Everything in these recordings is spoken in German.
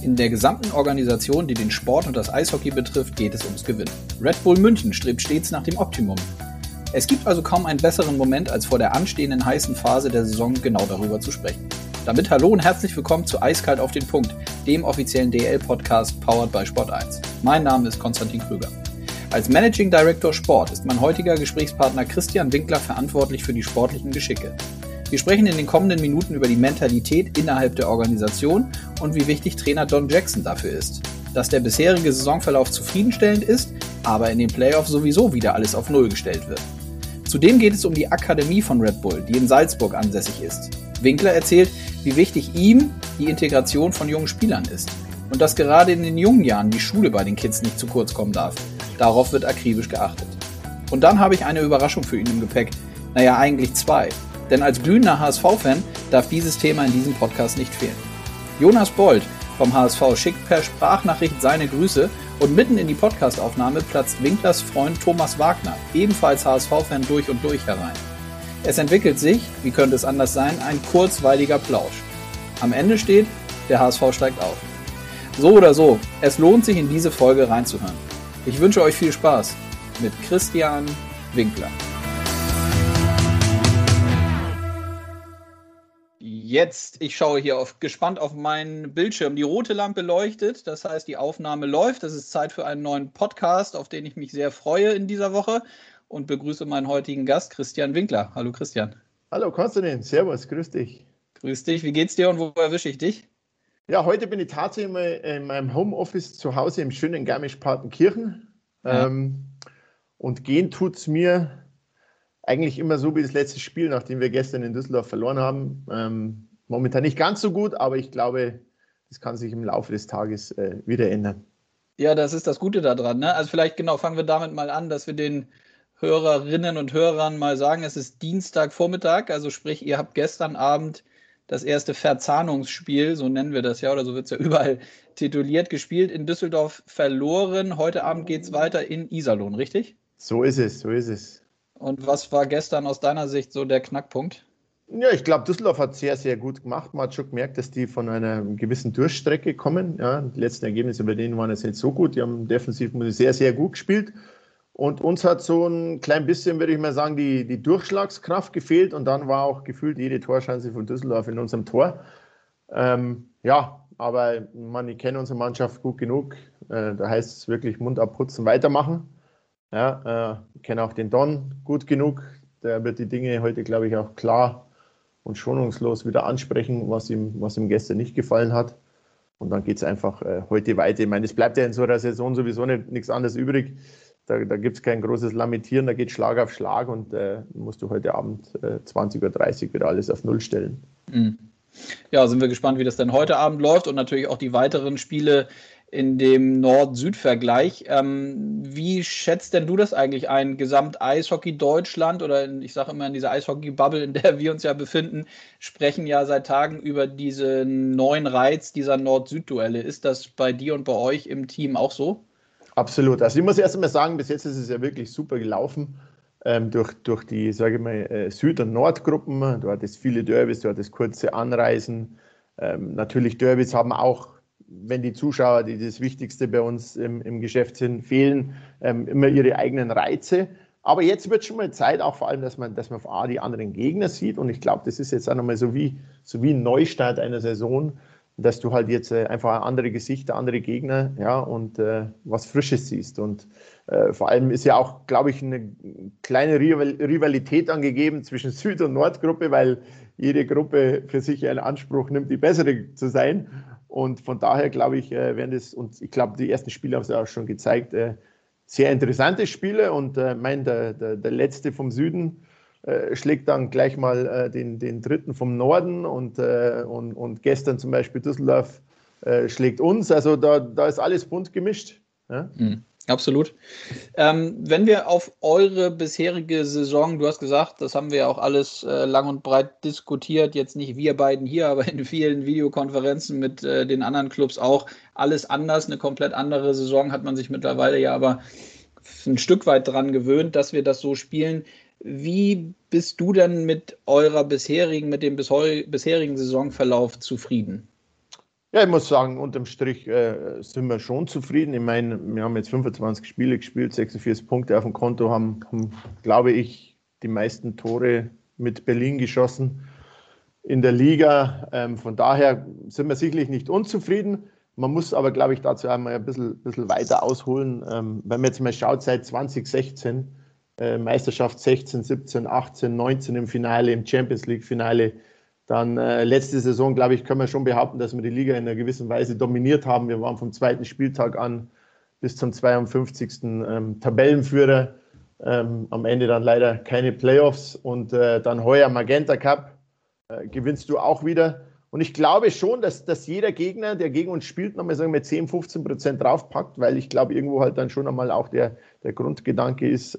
In der gesamten Organisation, die den Sport und das Eishockey betrifft, geht es ums Gewinnen. Red Bull München strebt stets nach dem Optimum. Es gibt also kaum einen besseren Moment, als vor der anstehenden heißen Phase der Saison genau darüber zu sprechen. Damit hallo und herzlich willkommen zu Eiskalt auf den Punkt, dem offiziellen DEL-Podcast powered by Sport1. Mein Name ist Konstantin Krüger. Als Managing Director Sport ist mein heutiger Gesprächspartner Christian Winkler verantwortlich für die sportlichen Geschicke. Wir sprechen in den kommenden Minuten über die Mentalität innerhalb der Organisation und wie wichtig Trainer Don Jackson dafür ist. Dass der bisherige Saisonverlauf zufriedenstellend ist, aber in den Playoffs sowieso wieder alles auf Null gestellt wird. Zudem geht es um die Akademie von Red Bull, die in Salzburg ansässig ist. Winkler erzählt, wie wichtig ihm die Integration von jungen Spielern ist und dass gerade in den jungen Jahren die Schule bei den Kids nicht zu kurz kommen darf. Darauf wird akribisch geachtet. Und dann habe ich eine Überraschung für ihn im Gepäck. Naja, eigentlich zwei. Denn als glühender HSV-Fan darf dieses Thema in diesem Podcast nicht fehlen. Jonas Bold vom HSV schickt per Sprachnachricht seine Grüße und mitten in die Podcastaufnahme platzt Winklers Freund Thomas Wagner, ebenfalls HSV-Fan durch und durch herein. Es entwickelt sich, wie könnte es anders sein, ein kurzweiliger Plausch. Am Ende steht, der HSV steigt auf. So oder so, es lohnt sich in diese Folge reinzuhören. Ich wünsche euch viel Spaß mit Christian Winkler. Jetzt, ich schaue hier gespannt auf meinen Bildschirm. Die rote Lampe leuchtet, das heißt, die Aufnahme läuft. Es ist Zeit für einen neuen Podcast, auf den ich mich sehr freue in dieser Woche und begrüße meinen heutigen Gast, Christian Winkler. Hallo Christian. Hallo Konstantin, servus, grüß dich. Grüß dich, wie geht's dir und wo erwische ich dich? Ja, heute bin ich tatsächlich mal in meinem Homeoffice zu Hause im schönen Garmisch-Partenkirchen. Ja. Und gehen tut es mir eigentlich immer so wie das letzte Spiel, nachdem wir gestern in Düsseldorf verloren haben. Momentan nicht ganz so gut, aber ich glaube, das kann sich im Laufe des Tages wieder ändern. Ja, das ist das Gute daran, ne? Also vielleicht fangen wir damit mal an, dass wir den Hörerinnen und Hörern mal sagen, es ist Dienstagvormittag, also sprich, ihr habt gestern Abend das erste Verzahnungsspiel, so nennen wir das ja, oder so wird es ja überall tituliert, gespielt, in Düsseldorf verloren. Heute Abend geht es weiter in Iserlohn, richtig? So ist es, so ist es. Und was war gestern aus deiner Sicht so der Knackpunkt? Ja, ich glaube, Düsseldorf hat sehr, sehr gut gemacht. Man hat schon gemerkt, dass die von einer gewissen Durchstrecke kommen. Ja, die letzten Ergebnisse bei denen waren jetzt nicht so gut. Die haben defensiv sehr, sehr gut gespielt. Und uns hat so ein klein bisschen, würde ich mal sagen, die Durchschlagskraft gefehlt. Und dann war auch gefühlt jede Torchance von Düsseldorf in unserem Tor. Ja, aber ich kenne unsere Mannschaft gut genug. Da heißt es wirklich Mund abputzen, weitermachen. Ja, ich kenne auch den Don gut genug. Der wird die Dinge heute, glaube ich, auch klar und schonungslos wieder ansprechen, was ihm gestern nicht gefallen hat. Und dann geht es einfach heute weiter. Ich meine, es bleibt ja in so einer Saison sowieso nichts anderes übrig. Da gibt es kein großes Lamentieren, da geht Schlag auf Schlag und musst du heute Abend 20:30 Uhr wieder alles auf Null stellen. Ja, sind wir gespannt, wie das dann heute Abend läuft und natürlich auch die weiteren Spiele in dem Nord-Süd-Vergleich. Wie schätzt denn du das eigentlich ein? Gesamt-Eishockey Deutschland oder ich sage immer in dieser Eishockey-Bubble, in der wir uns ja befinden, sprechen ja seit Tagen über diesen neuen Reiz dieser Nord-Süd-Duelle. Ist das bei dir und bei euch im Team auch so? Absolut. Also ich muss erst einmal sagen, bis jetzt ist es ja wirklich super gelaufen durch die, sage ich mal, Süd- und Nordgruppen. Du hattest viele Derbys, du hattest kurze Anreisen. Natürlich Derbys haben auch, wenn die Zuschauer, die das Wichtigste bei uns im Geschäft sind, fehlen, immer ihre eigenen Reize. Aber jetzt wird schon mal Zeit, auch vor allem, dass man auf A die anderen Gegner sieht. Und ich glaube, das ist jetzt auch nochmal so wie ein Neustart einer Saison, dass du halt jetzt einfach andere Gesichter, andere Gegner, ja, und was Frisches siehst. Und vor allem ist ja auch, glaube ich, eine kleine Rivalität angegeben zwischen Süd- und Nordgruppe, weil jede Gruppe für sich einen Anspruch nimmt, die bessere zu sein. Und von daher, glaube ich, werden das, und ich glaube, die ersten Spiele haben es ja auch schon gezeigt, sehr interessante Spiele. Und der Letzte vom Süden schlägt dann gleich mal den Dritten vom Norden und gestern zum Beispiel Düsseldorf schlägt uns. Also da ist alles bunt gemischt. Ja? Absolut. Wenn wir auf eure bisherige Saison, du hast gesagt, das haben wir ja auch alles lang und breit diskutiert, jetzt nicht wir beiden hier, aber in vielen Videokonferenzen mit den anderen Clubs auch, alles anders, eine komplett andere Saison, hat man sich mittlerweile ja aber ein Stück weit dran gewöhnt, dass wir das so spielen. Wie bist du denn mit dem bisherigen Saisonverlauf zufrieden? Ja, ich muss sagen, unterm Strich sind wir schon zufrieden. Ich meine, wir haben jetzt 25 Spiele gespielt, 46 Punkte auf dem Konto, haben glaube ich, die meisten Tore mit Berlin geschossen in der Liga. Von daher sind wir sicherlich nicht unzufrieden. Man muss aber, glaube ich, dazu einmal ein bisschen weiter ausholen. Wenn man jetzt mal schaut, seit 2016, Meisterschaft 16, 17, 18, 19 im Finale, im Champions League-Finale, dann letzte Saison, glaube ich, können wir schon behaupten, dass wir die Liga in einer gewissen Weise dominiert haben. Wir waren vom zweiten Spieltag an bis zum 52. Tabellenführer. Am Ende dann leider keine Playoffs und dann heuer Magenta Cup gewinnst du auch wieder. Und ich glaube schon, dass jeder Gegner, der gegen uns spielt, nochmal sagen wir 10-15% draufpackt, weil ich glaube, irgendwo halt dann schon einmal auch der Grundgedanke ist,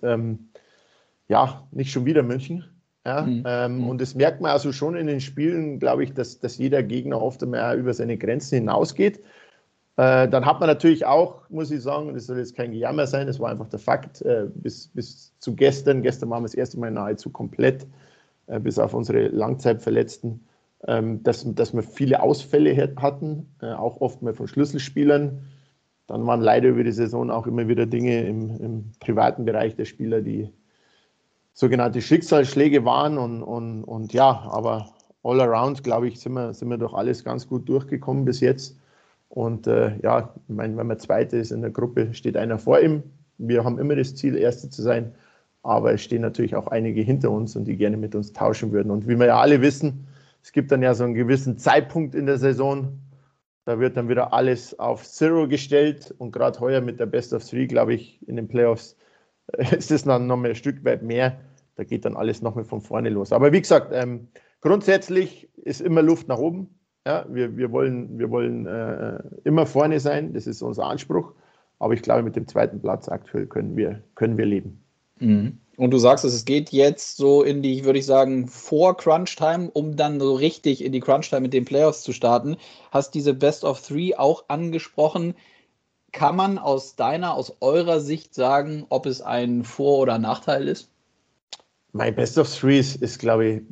nicht schon wieder München. Ja, und das merkt man also schon in den Spielen, glaube ich, dass jeder Gegner oft einmal über seine Grenzen hinausgeht. Dann hat man natürlich auch, muss ich sagen, das soll jetzt kein Gejammer sein, das war einfach der Fakt, bis zu gestern waren wir das erste Mal nahezu komplett, bis auf unsere Langzeitverletzten, dass wir viele Ausfälle hatten, auch oft mal von Schlüsselspielern. Dann waren leider über die Saison auch immer wieder Dinge im privaten Bereich der Spieler, die sogenannte Schicksalsschläge waren und ja, aber all around, glaube ich, sind wir durch alles ganz gut durchgekommen bis jetzt. Und ich meine, wenn man Zweiter ist in der Gruppe, steht einer vor ihm. Wir haben immer das Ziel, Erster zu sein, aber es stehen natürlich auch einige hinter uns und die gerne mit uns tauschen würden. Und wie wir ja alle wissen, es gibt dann ja so einen gewissen Zeitpunkt in der Saison, da wird dann wieder alles auf Zero gestellt und gerade heuer mit der Best of Three, glaube ich, in den Playoffs ist es dann noch mal ein Stück weit mehr. Da geht dann alles noch mal von vorne los. Aber wie gesagt, grundsätzlich ist immer Luft nach oben. Ja, wir wollen immer vorne sein. Das ist unser Anspruch. Aber ich glaube, mit dem zweiten Platz aktuell können wir leben. Mhm. Und du sagst, es geht jetzt so in die, würde ich sagen, vor Crunch-Time, um dann so richtig in die Crunch-Time mit den Playoffs zu starten. Hast diese Best of Three auch angesprochen. Kann man aus eurer Sicht sagen, ob es ein Vor- oder Nachteil ist? Mein Best of Three ist glaube ich,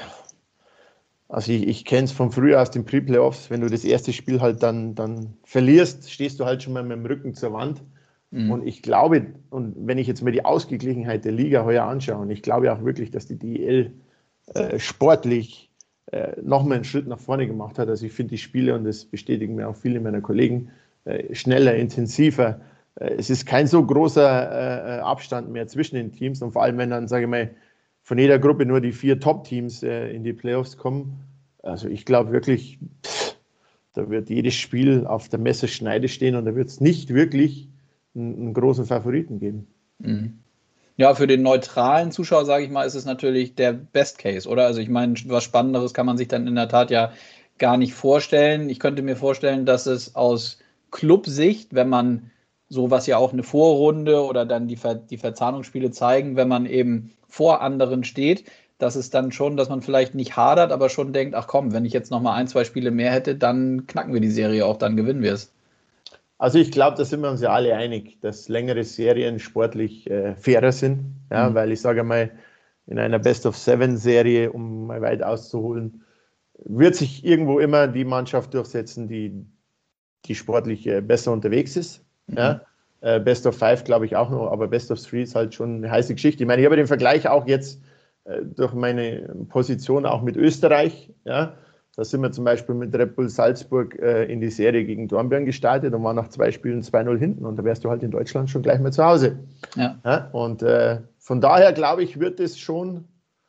also ich kenne es von früher aus den Pre-Playoffs, wenn du das erste Spiel halt dann verlierst, stehst du halt schon mal mit dem Rücken zur Wand. Mhm. Und ich glaube, und wenn ich jetzt mir die Ausgeglichenheit der Liga heuer anschaue, und ich glaube auch wirklich, dass die DEL sportlich nochmal einen Schritt nach vorne gemacht hat. Also ich finde die Spiele, und das bestätigen mir auch viele meiner Kollegen, schneller, intensiver. Es ist kein so großer Abstand mehr zwischen den Teams und vor allem, wenn dann, sage ich mal, von jeder Gruppe nur die 4 Top-Teams in die Playoffs kommen. Also ich glaube wirklich, da wird jedes Spiel auf der Messerschneide stehen und da wird es nicht wirklich einen großen Favoriten geben. Mhm. Ja, für den neutralen Zuschauer, sage ich mal, ist es natürlich der Best Case, oder? Also ich meine, was Spannenderes kann man sich dann in der Tat ja gar nicht vorstellen. Ich könnte mir vorstellen, dass es aus Clubsicht, wenn man sowas ja auch eine Vorrunde oder dann die Verzahnungsspiele zeigen, wenn man eben vor anderen steht, dass es dann schon, dass man vielleicht nicht hadert, aber schon denkt, ach komm, wenn ich jetzt nochmal 1, 2 Spiele mehr hätte, dann knacken wir die Serie auch, dann gewinnen wir es. Also ich glaube, da sind wir uns ja alle einig, dass längere Serien sportlich fairer sind, ja, weil ich sage mal, in einer Best-of-7-Serie, um mal weit auszuholen, wird sich irgendwo immer die Mannschaft durchsetzen, die sportlich besser unterwegs ist. Mhm. Ja. Best-of-5 glaube ich auch noch, aber Best-of-3 ist halt schon eine heiße Geschichte. Ich meine, ich habe den Vergleich auch jetzt durch meine Position auch mit Österreich, ja. Da sind wir zum Beispiel mit Red Bull Salzburg in die Serie gegen Dornbirn gestartet und waren nach 2 Spielen 2-0 hinten und da wärst du halt in Deutschland schon gleich mal zu Hause. Ja. Ja, und von daher glaube ich, wird es schon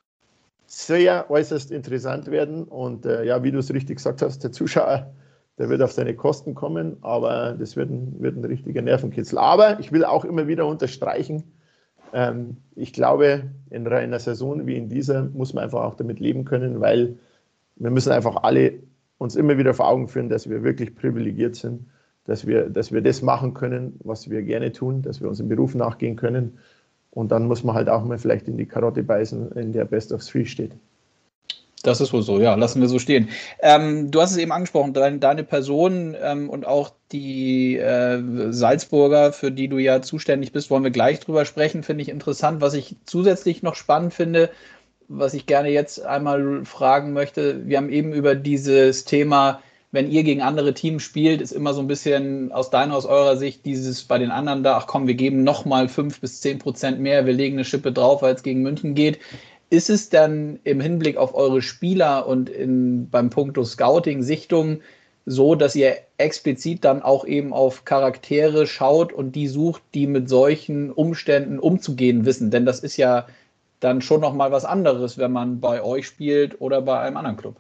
sehr äußerst interessant werden und wie du es richtig gesagt hast, der Zuschauer, der wird auf seine Kosten kommen, aber das wird ein richtiger Nervenkitzel. Aber ich will auch immer wieder unterstreichen, ich glaube, in einer Saison wie in dieser muss man einfach auch damit leben können, weil wir müssen einfach alle uns immer wieder vor Augen führen, dass wir wirklich privilegiert sind, dass wir das machen können, was wir gerne tun, dass wir unserem Beruf nachgehen können. Und dann muss man halt auch mal vielleicht in die Karotte beißen, in der Best of Three steht. Das ist wohl so, ja, lassen wir so stehen. Du hast es eben angesprochen, deine Person und auch die Salzburger, für die du ja zuständig bist, wollen wir gleich drüber sprechen, finde ich interessant. Was ich zusätzlich noch spannend finde, was ich gerne jetzt einmal fragen möchte, wir haben eben über dieses Thema wenn ihr gegen andere Teams spielt, ist immer so ein bisschen aus eurer Sicht dieses bei den anderen da, ach komm, wir geben nochmal 5-10% mehr, wir legen eine Schippe drauf, weil es gegen München geht. Ist es dann im Hinblick auf eure Spieler und beim Punkto Scouting, Sichtung so, dass ihr explizit dann auch eben auf Charaktere schaut und die sucht, die mit solchen Umständen umzugehen wissen? Denn das ist ja dann schon nochmal was anderes, wenn man bei euch spielt oder bei einem anderen Club.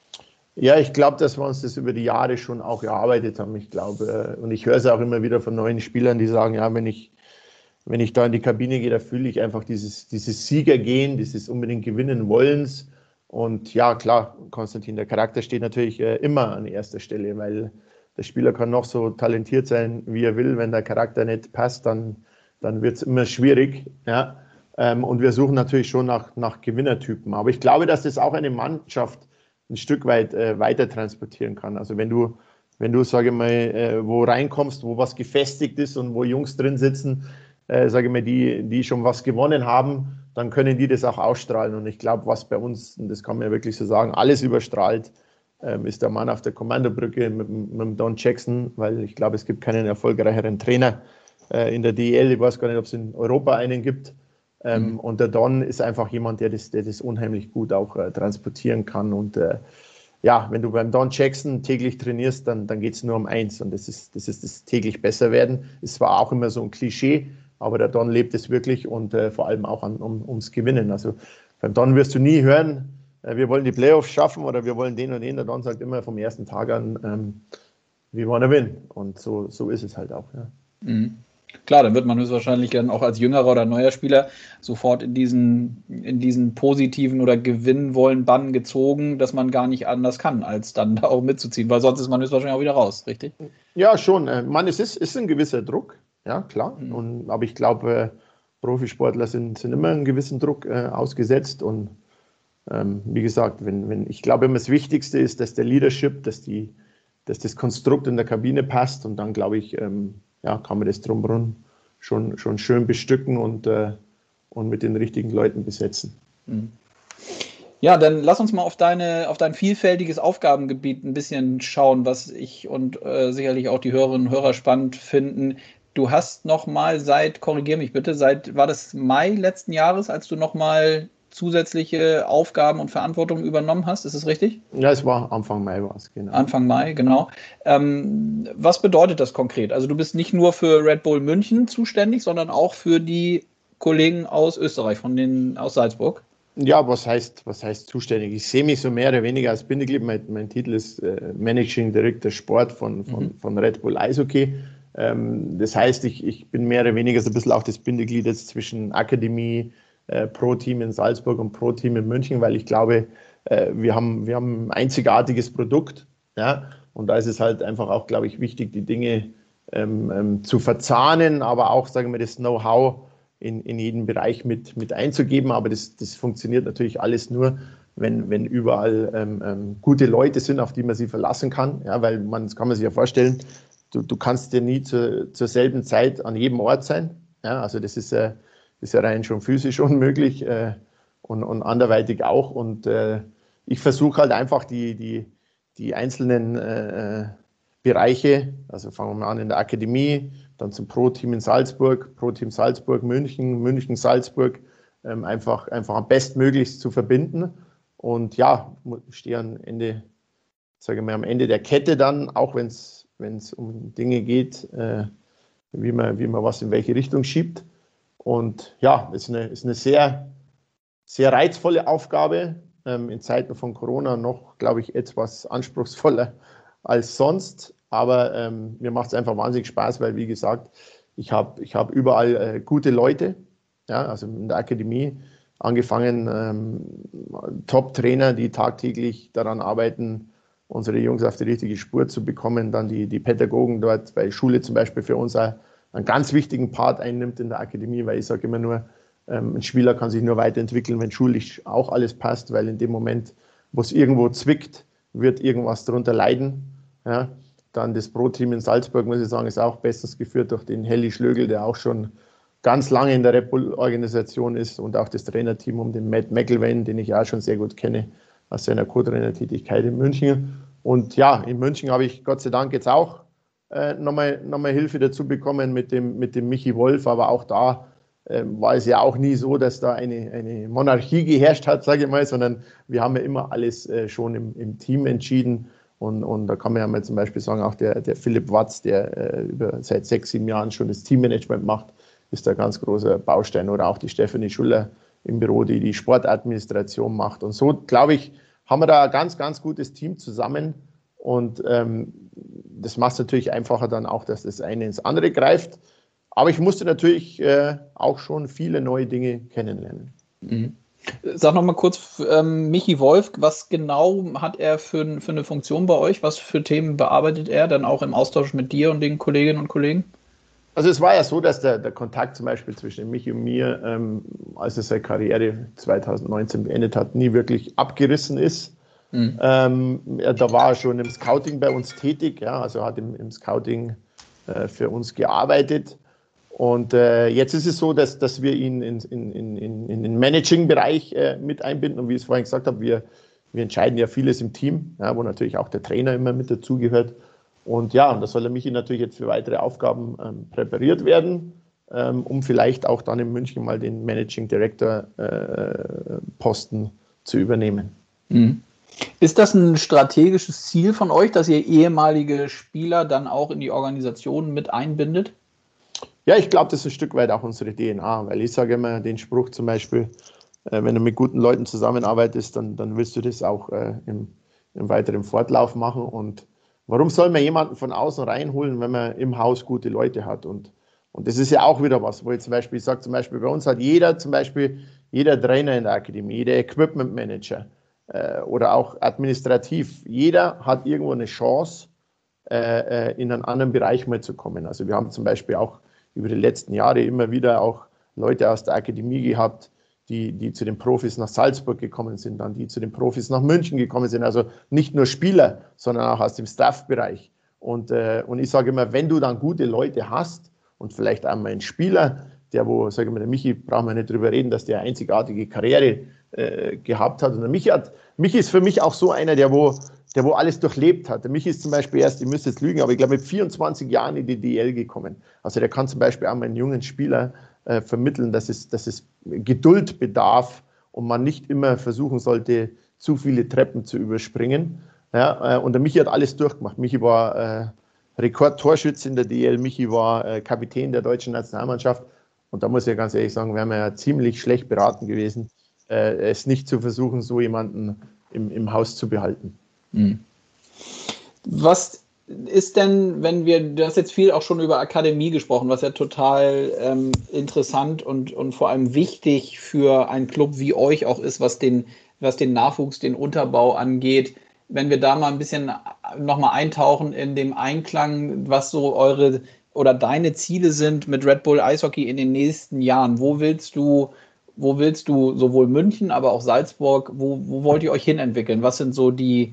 Ja, ich glaube, dass wir uns das über die Jahre schon auch erarbeitet haben. Ich glaube, und ich höre es auch immer wieder von neuen Spielern, die sagen, ja, wenn ich da in die Kabine gehe, da fühle ich einfach dieses Siegergehen, dieses unbedingt gewinnen Wollens. Und ja, klar, Konstantin, der Charakter steht natürlich immer an erster Stelle, weil der Spieler kann noch so talentiert sein, wie er will. Wenn der Charakter nicht passt, dann wird es immer schwierig. Ja? Und wir suchen natürlich schon nach Gewinnertypen. Aber ich glaube, dass das auch eine Mannschaft ein Stück weit weiter transportieren kann. Also wenn du, sage ich mal, wo reinkommst, wo was gefestigt ist und wo Jungs drin sitzen, sage ich mal, die schon was gewonnen haben, dann können die das auch ausstrahlen. Und ich glaube, was bei uns, und das kann man ja wirklich so sagen, alles überstrahlt, ist der Mann auf der Kommandobrücke mit dem Don Jackson, weil ich glaube, es gibt keinen erfolgreicheren Trainer in der DEL. Ich weiß gar nicht, ob es in Europa einen gibt. Und der Don ist einfach jemand, der das unheimlich gut auch transportieren kann. Und ja, wenn du beim Don Jackson täglich trainierst, dann geht es nur um eins. Und das ist das täglich besser werden. Es war auch immer so ein Klischee, aber der Don lebt es wirklich und vor allem auch ums Gewinnen. Also beim Don wirst du nie hören, wir wollen die Playoffs schaffen oder wir wollen den und den. Der Don sagt immer vom ersten Tag an, we wanna win. Und so ist es halt auch. Ja. Mhm. Klar, dann wird man höchstwahrscheinlich dann auch als jüngerer oder neuer Spieler sofort in diesen positiven oder gewinnen wollen Bann gezogen, dass man gar nicht anders kann, als dann da auch mitzuziehen, weil sonst ist man höchstwahrscheinlich auch wieder raus, richtig? Ja, schon. Es ist ein gewisser Druck, ja, klar. Aber ich glaube, Profisportler sind immer einem gewissen Druck ausgesetzt. Und wie gesagt, ich glaube, immer das Wichtigste ist, dass der Leadership, dass das Konstrukt in der Kabine passt. Und dann, glaube ich, kann man das drumherum schon schön bestücken und mit den richtigen Leuten besetzen. Ja, dann lass uns mal auf dein vielfältiges Aufgabengebiet ein bisschen schauen, was ich und sicherlich auch die Hörerinnen und Hörer spannend finden. Du hast nochmal korrigiere mich bitte, war das Mai letzten Jahres, als du nochmal zusätzliche Aufgaben und Verantwortung übernommen hast, ist es richtig? Ja, es war Anfang Mai, genau. Anfang Mai, genau. Was bedeutet das konkret? Also du bist nicht nur für Red Bull München zuständig, sondern auch für die Kollegen aus Österreich, aus Salzburg? Ja, was heißt zuständig? Ich sehe mich so mehr oder weniger als Bindeglied. Mein Titel ist Managing Director Sport von Red Bull Eishockey. Das heißt, ich bin mehr oder weniger so ein bisschen auch das Bindeglied jetzt zwischen Akademie, Pro-Team in Salzburg und Pro-Team in München, weil ich glaube, wir haben ein einzigartiges Produkt. Ja? Und da ist es halt einfach auch, glaube ich, wichtig, die Dinge zu verzahnen, aber auch, sagen wir, das Know-how in jeden Bereich mit einzugeben. Aber das funktioniert natürlich alles nur, wenn überall gute Leute sind, auf die man sich verlassen kann. Ja? Weil das kann man sich ja vorstellen, du kannst ja nie zur selben Zeit an jedem Ort sein. Ja? Also das ist ja rein schon physisch unmöglich und anderweitig auch. Und ich versuche halt einfach die einzelnen Bereiche, also fangen wir mal an in der Akademie, dann zum Pro-Team in Salzburg, Pro-Team Salzburg, München, Salzburg, einfach am bestmöglichst zu verbinden. Und ja, ich stehe am Ende der Kette dann, auch wenn es um Dinge geht, wie man was in welche Richtung schiebt. Und ja, ist eine sehr, sehr reizvolle Aufgabe. In Zeiten von Corona noch, glaube ich, etwas anspruchsvoller als sonst. Aber mir macht es einfach wahnsinnig Spaß, weil, wie gesagt, ich hab überall gute Leute. Ja, also in der Akademie angefangen, Top-Trainer, die tagtäglich daran arbeiten, unsere Jungs auf die richtige Spur zu bekommen. Dann die Pädagogen dort, weil Schule zum Beispiel für uns auch einen ganz wichtigen Part einnimmt in der Akademie, weil ich sage immer nur, ein Spieler kann sich nur weiterentwickeln, wenn schulisch auch alles passt, weil in dem Moment, wo es irgendwo zwickt, wird irgendwas darunter leiden. Ja. Dann das Pro-Team in Salzburg, muss ich sagen, ist auch bestens geführt durch den Helly Schlögl, der auch schon ganz lange in der Red Bull-Organisation ist, und auch das Trainerteam um den Matt McElwain, den ich auch schon sehr gut kenne aus seiner Co-Trainer-Tätigkeit in München. Und ja, in München habe ich Gott sei Dank jetzt auch nochmal Hilfe dazu bekommen mit dem Michi Wolf, aber auch da war es ja auch nie so, dass da eine Monarchie geherrscht hat, sage ich mal, sondern wir haben ja immer alles schon im Team entschieden. Und da kann man ja mal zum Beispiel sagen, auch der Philipp Watz, der seit 6, 7 Jahren schon das Teammanagement macht, ist da ein ganz großer Baustein. Oder auch die Stefanie Schuller im Büro, die die Sportadministration macht. Und so, glaube ich, haben wir da ein ganz, ganz gutes Team zusammen. Und das macht es natürlich einfacher dann auch, dass das eine ins andere greift. Aber ich musste natürlich auch schon viele neue Dinge kennenlernen. Mhm. Sag noch mal kurz, Michi Wolf, was genau hat er für eine Funktion bei euch? Was für Themen bearbeitet er dann auch im Austausch mit dir und den Kolleginnen und Kollegen? Also es war ja so, dass der Kontakt zum Beispiel zwischen Michi und mir, als er seine Karriere 2019 beendet hat, nie wirklich abgerissen ist. Mhm. Da war er schon im Scouting bei uns tätig, ja, also hat im Scouting für uns gearbeitet. Und jetzt ist es so, dass wir ihn in den Managing-Bereich mit einbinden. Und wie ich es vorhin gesagt habe, wir entscheiden ja vieles im Team, ja, wo natürlich auch der Trainer immer mit dazugehört. Und ja, und da soll der Michi natürlich jetzt für weitere Aufgaben präpariert werden, um vielleicht auch dann in München mal den Managing Director Posten zu übernehmen. Mhm. Ist das ein strategisches Ziel von euch, dass ihr ehemalige Spieler dann auch in die Organisation mit einbindet? Ja, ich glaube, das ist ein Stück weit auch unsere DNA, weil ich sage immer den Spruch zum Beispiel, wenn du mit guten Leuten zusammenarbeitest, dann willst du das auch im weiteren Fortlauf machen. Und warum soll man jemanden von außen reinholen, wenn man im Haus gute Leute hat? Und das ist ja auch wieder was, wo ich zum Beispiel sage, zum Beispiel bei uns hat jeder Trainer in der Akademie, jeder Equipment Manager oder auch administrativ, jeder hat irgendwo eine Chance, in einen anderen Bereich mal zu kommen. Also wir haben zum Beispiel auch über die letzten Jahre immer wieder auch Leute aus der Akademie gehabt, die zu den Profis nach Salzburg gekommen sind, dann die zu den Profis nach München gekommen sind. Also nicht nur Spieler, sondern auch aus dem Staff-Bereich. Und ich sage immer, wenn du dann gute Leute hast und vielleicht einmal einen Spieler, sage ich mal, der Michi, brauchen wir nicht drüber reden, dass der eine einzigartige Karriere gehabt hat. Und der Michi ist für mich auch so einer, der wo alles durchlebt hat. Der Michi ist zum Beispiel erst, ich müsste jetzt lügen, aber ich glaube mit 24 Jahren in die DL gekommen. Also der kann zum Beispiel auch mal einen jungen Spieler vermitteln, dass es Geduld bedarf und man nicht immer versuchen sollte, zu viele Treppen zu überspringen. Ja, und der Michi hat alles durchgemacht. Michi war Rekordtorschütze in der DL, Michi war Kapitän der deutschen Nationalmannschaft. Und da muss ich ganz ehrlich sagen, wären wir ja ziemlich schlecht beraten gewesen, es nicht zu versuchen, so jemanden im Haus zu behalten. Was ist denn, du hast jetzt viel auch schon über Akademie gesprochen, was ja total interessant und vor allem wichtig für einen Club wie euch auch ist, was den Nachwuchs, den Unterbau angeht. Wenn wir da mal ein bisschen nochmal eintauchen in dem Einklang, was so eure oder deine Ziele sind mit Red Bull Eishockey in den nächsten Jahren. Wo willst du sowohl München, aber auch Salzburg, wo wollt ihr euch hinentwickeln? Was sind so die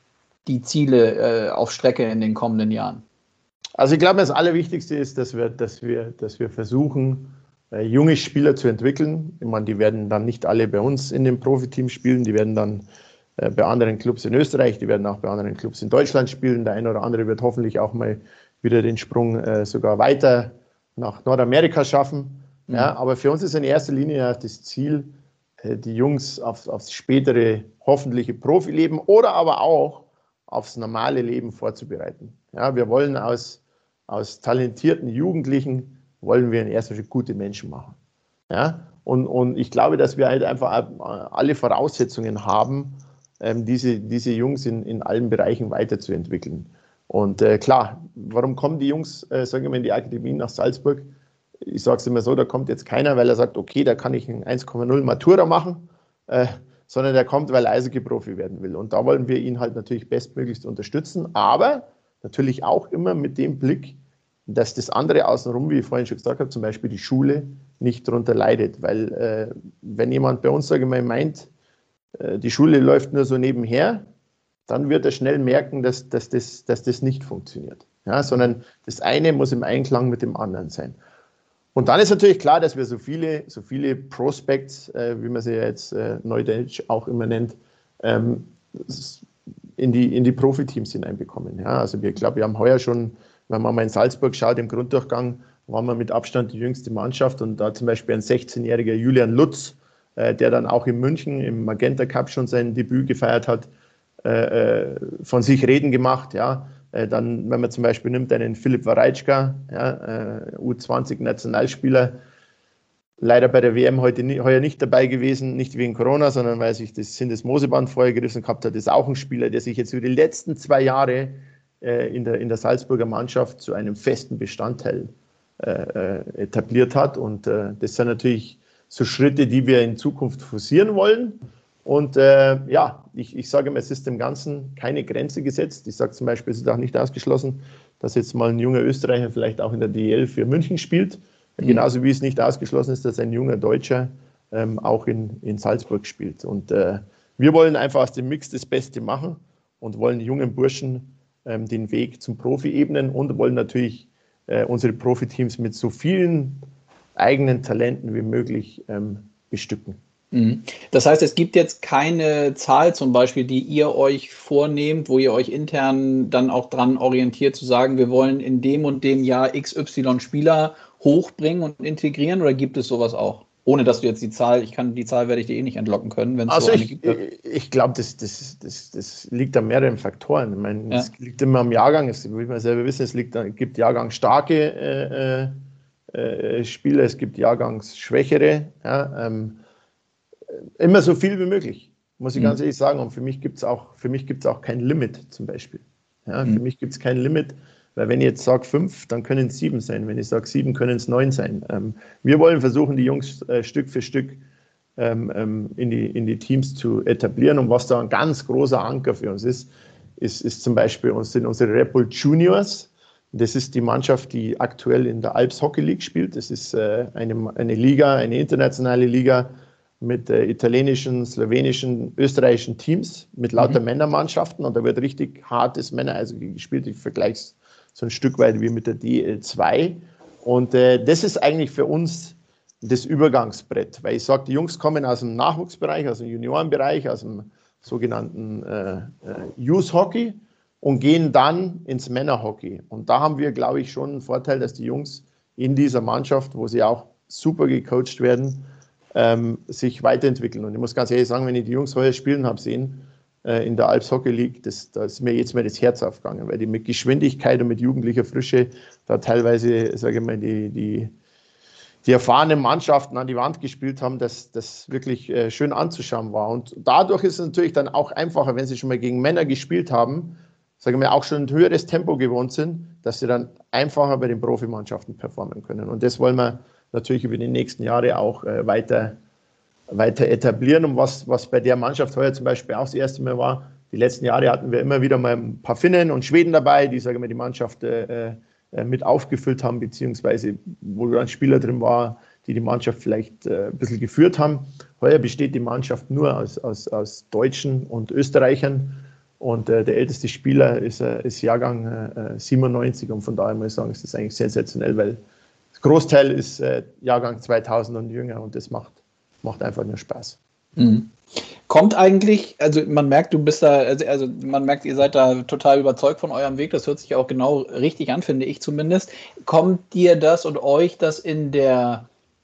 Ziele auf Strecke in den kommenden Jahren? Also ich glaube, das Allerwichtigste ist, dass wir versuchen, junge Spieler zu entwickeln. Ich meine, die werden dann nicht alle bei uns in dem Profiteam spielen, die werden dann bei anderen Clubs in Österreich, die werden auch bei anderen Clubs in Deutschland spielen. Der eine oder andere wird hoffentlich auch mal wieder den Sprung sogar weiter nach Nordamerika schaffen. Mhm. Ja, aber für uns ist in erster Linie das Ziel, die Jungs aufs spätere hoffentliche Profileben oder aber auch aufs normale Leben vorzubereiten. Ja, wir wollen aus talentierten Jugendlichen, wollen wir in erster Linie gute Menschen machen. Ja, und ich glaube, dass wir halt einfach alle Voraussetzungen haben, diese Jungs in allen Bereichen weiterzuentwickeln. Und klar, warum kommen die Jungs, sagen wir mal, in die Akademie nach Salzburg? Ich sage es immer so, da kommt jetzt keiner, weil er sagt, okay, da kann ich ein 1,0 Matura machen, sondern der kommt, weil er Eishockey-Profi werden will. Und da wollen wir ihn halt natürlich bestmöglichst unterstützen, aber natürlich auch immer mit dem Blick, dass das andere außenrum, wie ich vorhin schon gesagt habe, zum Beispiel die Schule, nicht darunter leidet. Weil wenn jemand bei uns, sage ich mal, meint, die Schule läuft nur so nebenher, dann wird er schnell merken, dass das nicht funktioniert. Ja, sondern das eine muss im Einklang mit dem anderen sein. Und dann ist natürlich klar, dass wir so viele Prospects, wie man sie ja jetzt neudeutsch auch immer nennt, in die Profiteams hineinbekommen. Ja, also ich glaube, wir haben heuer schon, wenn man mal in Salzburg schaut, im Grunddurchgang waren wir mit Abstand die jüngste Mannschaft und da zum Beispiel ein 16-jähriger Julian Lutz, der dann auch in München im Magenta Cup schon sein Debüt gefeiert hat, von sich reden gemacht. Ja. Dann, wenn man zum Beispiel nimmt, einen Filip Warajka, ja, U20-Nationalspieler, leider bei der WM heuer nicht dabei gewesen, nicht wegen Corona, sondern weil sich das Syndesmoseband vorher gerissen gehabt hat. Das ist auch ein Spieler, der sich jetzt über die letzten 2 Jahre in der Salzburger Mannschaft zu einem festen Bestandteil etabliert hat. Und das sind natürlich so Schritte, die wir in Zukunft forcieren wollen. Und ich sage mal, es ist dem Ganzen keine Grenze gesetzt. Ich sage zum Beispiel, es ist auch nicht ausgeschlossen, dass jetzt mal ein junger Österreicher vielleicht auch in der DEL für München spielt. Genauso wie es nicht ausgeschlossen ist, dass ein junger Deutscher auch in Salzburg spielt. Und wir wollen einfach aus dem Mix das Beste machen und wollen jungen Burschen den Weg zum Profi ebnen und wollen natürlich unsere Profiteams mit so vielen eigenen Talenten wie möglich bestücken. Das heißt, es gibt jetzt keine Zahl zum Beispiel, die ihr euch vornehmt, wo ihr euch intern dann auch dran orientiert, zu sagen, wir wollen in dem und dem Jahr XY Spieler hochbringen und integrieren, oder gibt es sowas auch? Ohne dass du jetzt die Zahl werde ich dir eh nicht entlocken können, wenn es also so eine gibt. Ich glaube, das liegt an mehreren Faktoren. Ich meine, es liegt immer am Jahrgang, wie wir selber wissen, gibt jahrgangsstarke Spieler, es gibt jahrgangsschwächere. Ja, immer so viel wie möglich, muss ich ganz ehrlich sagen. Und für mich gibt es auch kein Limit zum Beispiel. Ja, für mich gibt es kein Limit, weil wenn ich jetzt sage 5, dann können es 7 sein. Wenn ich sage 7, können es 9 sein. Wir wollen versuchen, die Jungs Stück für Stück in die Teams zu etablieren. Und was da ein ganz großer Anker für uns ist zum Beispiel sind unsere Red Bull Juniors. Das ist die Mannschaft, die aktuell in der Alps Hockey League spielt. Das ist eine Liga, eine internationale Liga, mit italienischen, slowenischen, österreichischen Teams, mit lauter Männermannschaften, und da wird richtig hartes Männer-Eishockey gespielt. Ich vergleiche es so ein Stück weit wie mit der DL2. Und das ist eigentlich für uns das Übergangsbrett, weil ich sage, die Jungs kommen aus dem Nachwuchsbereich, aus dem Juniorenbereich, aus dem sogenannten Youth Hockey und gehen dann ins Männerhockey. Und da haben wir, glaube ich, schon einen Vorteil, dass die Jungs in dieser Mannschaft, wo sie auch super gecoacht werden, sich weiterentwickeln. Und ich muss ganz ehrlich sagen, wenn ich die Jungs heuer spielen habe sehen, in der Alps Hockey League, da ist mir jetzt mal das Herz aufgegangen, weil die mit Geschwindigkeit und mit jugendlicher Frische da teilweise, sage ich mal, die erfahrenen Mannschaften an die Wand gespielt haben, dass das wirklich schön anzuschauen war. Und dadurch ist es natürlich dann auch einfacher, wenn sie schon mal gegen Männer gespielt haben, sage ich mal, auch schon ein höheres Tempo gewohnt sind, dass sie dann einfacher bei den Profimannschaften performen können. Und das wollen wir natürlich über die nächsten Jahre auch weiter etablieren. Und was bei der Mannschaft heuer zum Beispiel auch das erste Mal war, die letzten Jahre hatten wir immer wieder mal ein paar Finnen und Schweden dabei, die, sage ich mal, die Mannschaft mit aufgefüllt haben, beziehungsweise wo dann Spieler drin war, die Mannschaft vielleicht ein bisschen geführt haben. Heuer besteht die Mannschaft nur aus Deutschen und Österreichern, und der älteste Spieler ist Jahrgang 97, und von daher muss ich sagen, ist das eigentlich sensationell, weil der Großteil ist Jahrgang 2000 und jünger, und das macht einfach nur Spaß. Kommt eigentlich, also man merkt, du bist da, also man merkt, ihr seid da total überzeugt von eurem Weg, das hört sich auch genau richtig an, finde ich zumindest. Kommt dir das und euch das in der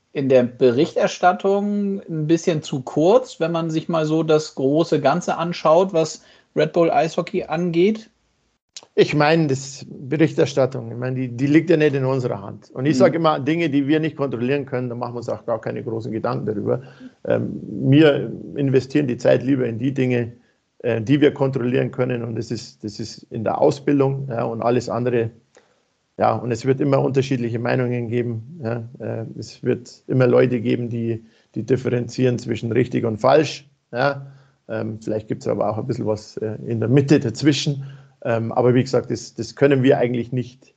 Berichterstattung ein bisschen zu kurz, wenn man sich mal so das große Ganze anschaut, was Red Bull Eishockey angeht? Ich meine, das Berichterstattung, ich meine, die liegt ja nicht in unserer Hand. Und ich sage immer, Dinge, die wir nicht kontrollieren können, da machen wir uns auch gar keine großen Gedanken darüber. Wir investieren die Zeit lieber in die Dinge, die wir kontrollieren können. Und das ist in der Ausbildung, ja, und alles andere. Ja, und es wird immer unterschiedliche Meinungen geben. Ja. Es wird immer Leute geben, die differenzieren zwischen richtig und falsch. Ja. Vielleicht gibt es aber auch ein bisschen was in der Mitte dazwischen. Aber wie gesagt, das können wir eigentlich nicht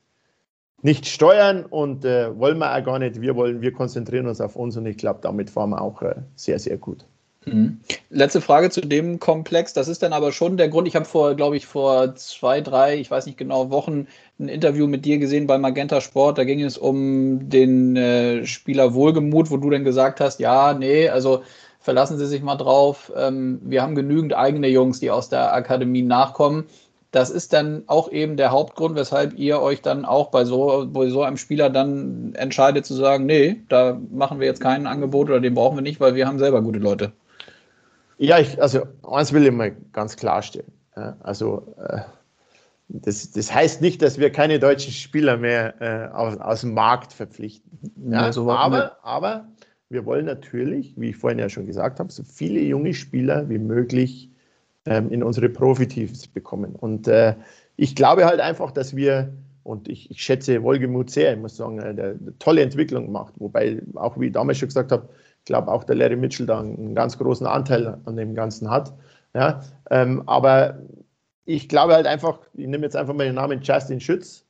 steuern, und wollen wir auch gar nicht. Wir konzentrieren uns auf uns, und ich glaube, damit fahren wir auch sehr, sehr gut. Letzte Frage zu dem Komplex. Das ist dann aber schon der Grund. Ich habe vor 2, 3, ich weiß nicht genau, Wochen ein Interview mit dir gesehen bei Magenta Sport. Da ging es um den Spieler Wohlgemuth, wo du dann gesagt hast, ja, nee, also verlassen Sie sich mal drauf. Wir haben genügend eigene Jungs, die aus der Akademie nachkommen. Das ist dann auch eben der Hauptgrund, weshalb ihr euch dann auch bei so einem Spieler dann entscheidet zu sagen, nee, da machen wir jetzt kein Angebot oder den brauchen wir nicht, weil wir haben selber gute Leute. Ja, also eins will ich mal ganz klarstellen. Das heißt nicht, dass wir keine deutschen Spieler mehr aus dem Markt verpflichten. Ja? Nee, so aber wir wollen natürlich, wie ich vorhin ja schon gesagt habe, so viele junge Spieler wie möglich in unsere Profiteams bekommen. Und ich glaube halt einfach, dass wir, und ich schätze Wohlgemuth sehr, ich muss sagen, der tolle Entwicklung macht. Wobei, auch wie ich damals schon gesagt habe, ich glaube auch der Larry Mitchell da einen ganz großen Anteil an dem Ganzen hat. Ja? Aber ich glaube halt einfach, ich nehme jetzt einfach mal den Namen Justin Schütz,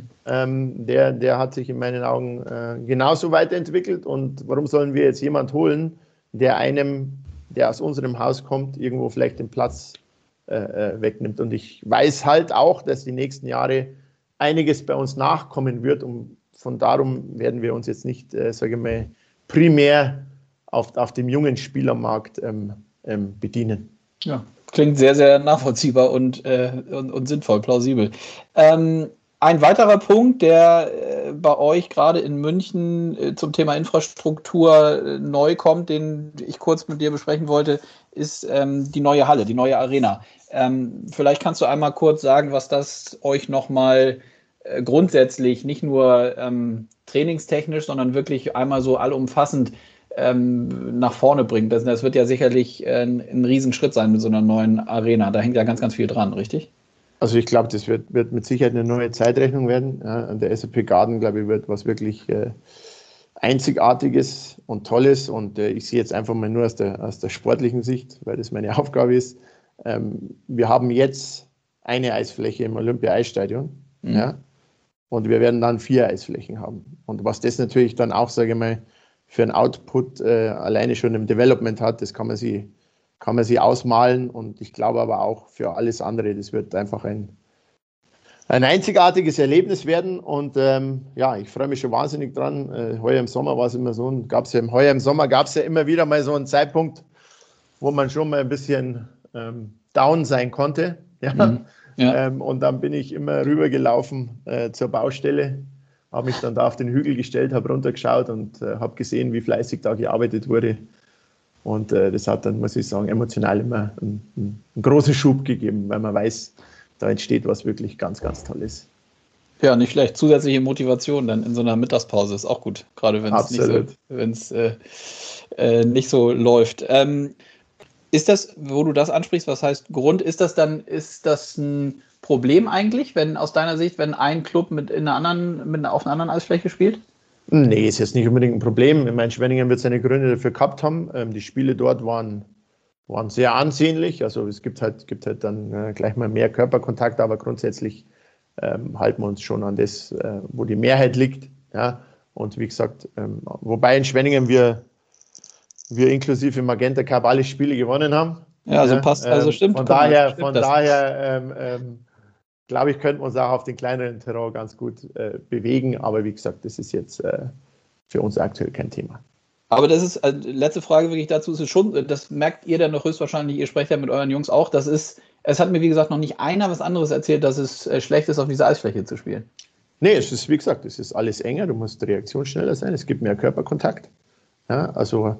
der hat sich in meinen Augen genauso weiterentwickelt. Und warum sollen wir jetzt jemanden holen, der aus unserem Haus kommt, irgendwo vielleicht den Platz wegnimmt? Und ich weiß halt auch, dass die nächsten Jahre einiges bei uns nachkommen wird. Und darum werden wir uns jetzt nicht, sage ich mal, primär auf dem jungen Spielermarkt bedienen. Ja, klingt sehr, sehr nachvollziehbar und sinnvoll, plausibel. Ein weiterer Punkt, der bei euch gerade in München zum Thema Infrastruktur neu kommt, den ich kurz mit dir besprechen wollte, ist die neue Halle, die neue Arena. Vielleicht kannst du einmal kurz sagen, was das euch nochmal grundsätzlich, nicht nur trainingstechnisch, sondern wirklich einmal so allumfassend nach vorne bringt. Das wird ja sicherlich ein Riesenschritt sein mit so einer neuen Arena. Da hängt ja ganz, ganz viel dran, richtig? Also ich glaube, das wird mit Sicherheit eine neue Zeitrechnung werden. Ja, an der SAP Garden, glaube ich, wird was wirklich Einzigartiges und Tolles. Und ich sehe jetzt einfach mal nur aus der sportlichen Sicht, weil das meine Aufgabe ist. Wir haben jetzt eine Eisfläche im Olympia-Eisstadion. Ja, und wir werden dann 4 Eisflächen haben. Und was das natürlich dann auch, sage ich mal, für einen Output alleine schon im Development hat, das kann man sich ausmalen. Und ich glaube aber auch für alles andere, das wird einfach ein einzigartiges Erlebnis werden. Und ich freue mich schon wahnsinnig dran. Heuer im Sommer war es immer so, heuer im Sommer gab es ja immer wieder mal so einen Zeitpunkt, wo man schon mal ein bisschen down sein konnte. Ja? Ja. Und dann bin ich immer rübergelaufen zur Baustelle, habe mich dann da auf den Hügel gestellt, habe runtergeschaut und habe gesehen, wie fleißig da gearbeitet wurde. Und das hat dann, muss ich sagen, emotional immer einen großen Schub gegeben, weil man weiß, da entsteht was wirklich ganz, ganz Tolles. Ja, nicht schlecht. Zusätzliche Motivation dann in so einer Mittagspause ist auch gut, gerade wenn es nicht so läuft. Ist das, wo du das ansprichst, was heißt Grund, ist das ein Problem eigentlich, wenn aus deiner Sicht, wenn ein Club auf einer anderen Eisfläche spielt? Nee, ist jetzt nicht unbedingt ein Problem. Ich meine, Schwenningen wird seine Gründe dafür gehabt haben. Die Spiele dort waren sehr ansehnlich. Also es gibt halt dann gleich mal mehr Körperkontakt, aber grundsätzlich halten wir uns schon an das, wo die Mehrheit liegt. Ja? Und wie gesagt, wobei in Schwenningen wir inklusive Magenta Cup alle Spiele gewonnen haben. Ja, so passt, also stimmt. Von daher glaube ich, könnten wir uns auch auf den kleineren Terrain ganz gut bewegen. Aber wie gesagt, das ist jetzt für uns aktuell kein Thema. Aber das ist, letzte Frage wirklich dazu, ist es schon, das merkt ihr dann noch höchstwahrscheinlich, ihr sprecht ja mit euren Jungs auch, es hat mir wie gesagt noch nicht einer was anderes erzählt, dass es schlecht ist, auf dieser Eisfläche zu spielen. Nee, es ist, wie gesagt, es ist alles enger, du musst reaktionsschneller sein, es gibt mehr Körperkontakt. Ja, also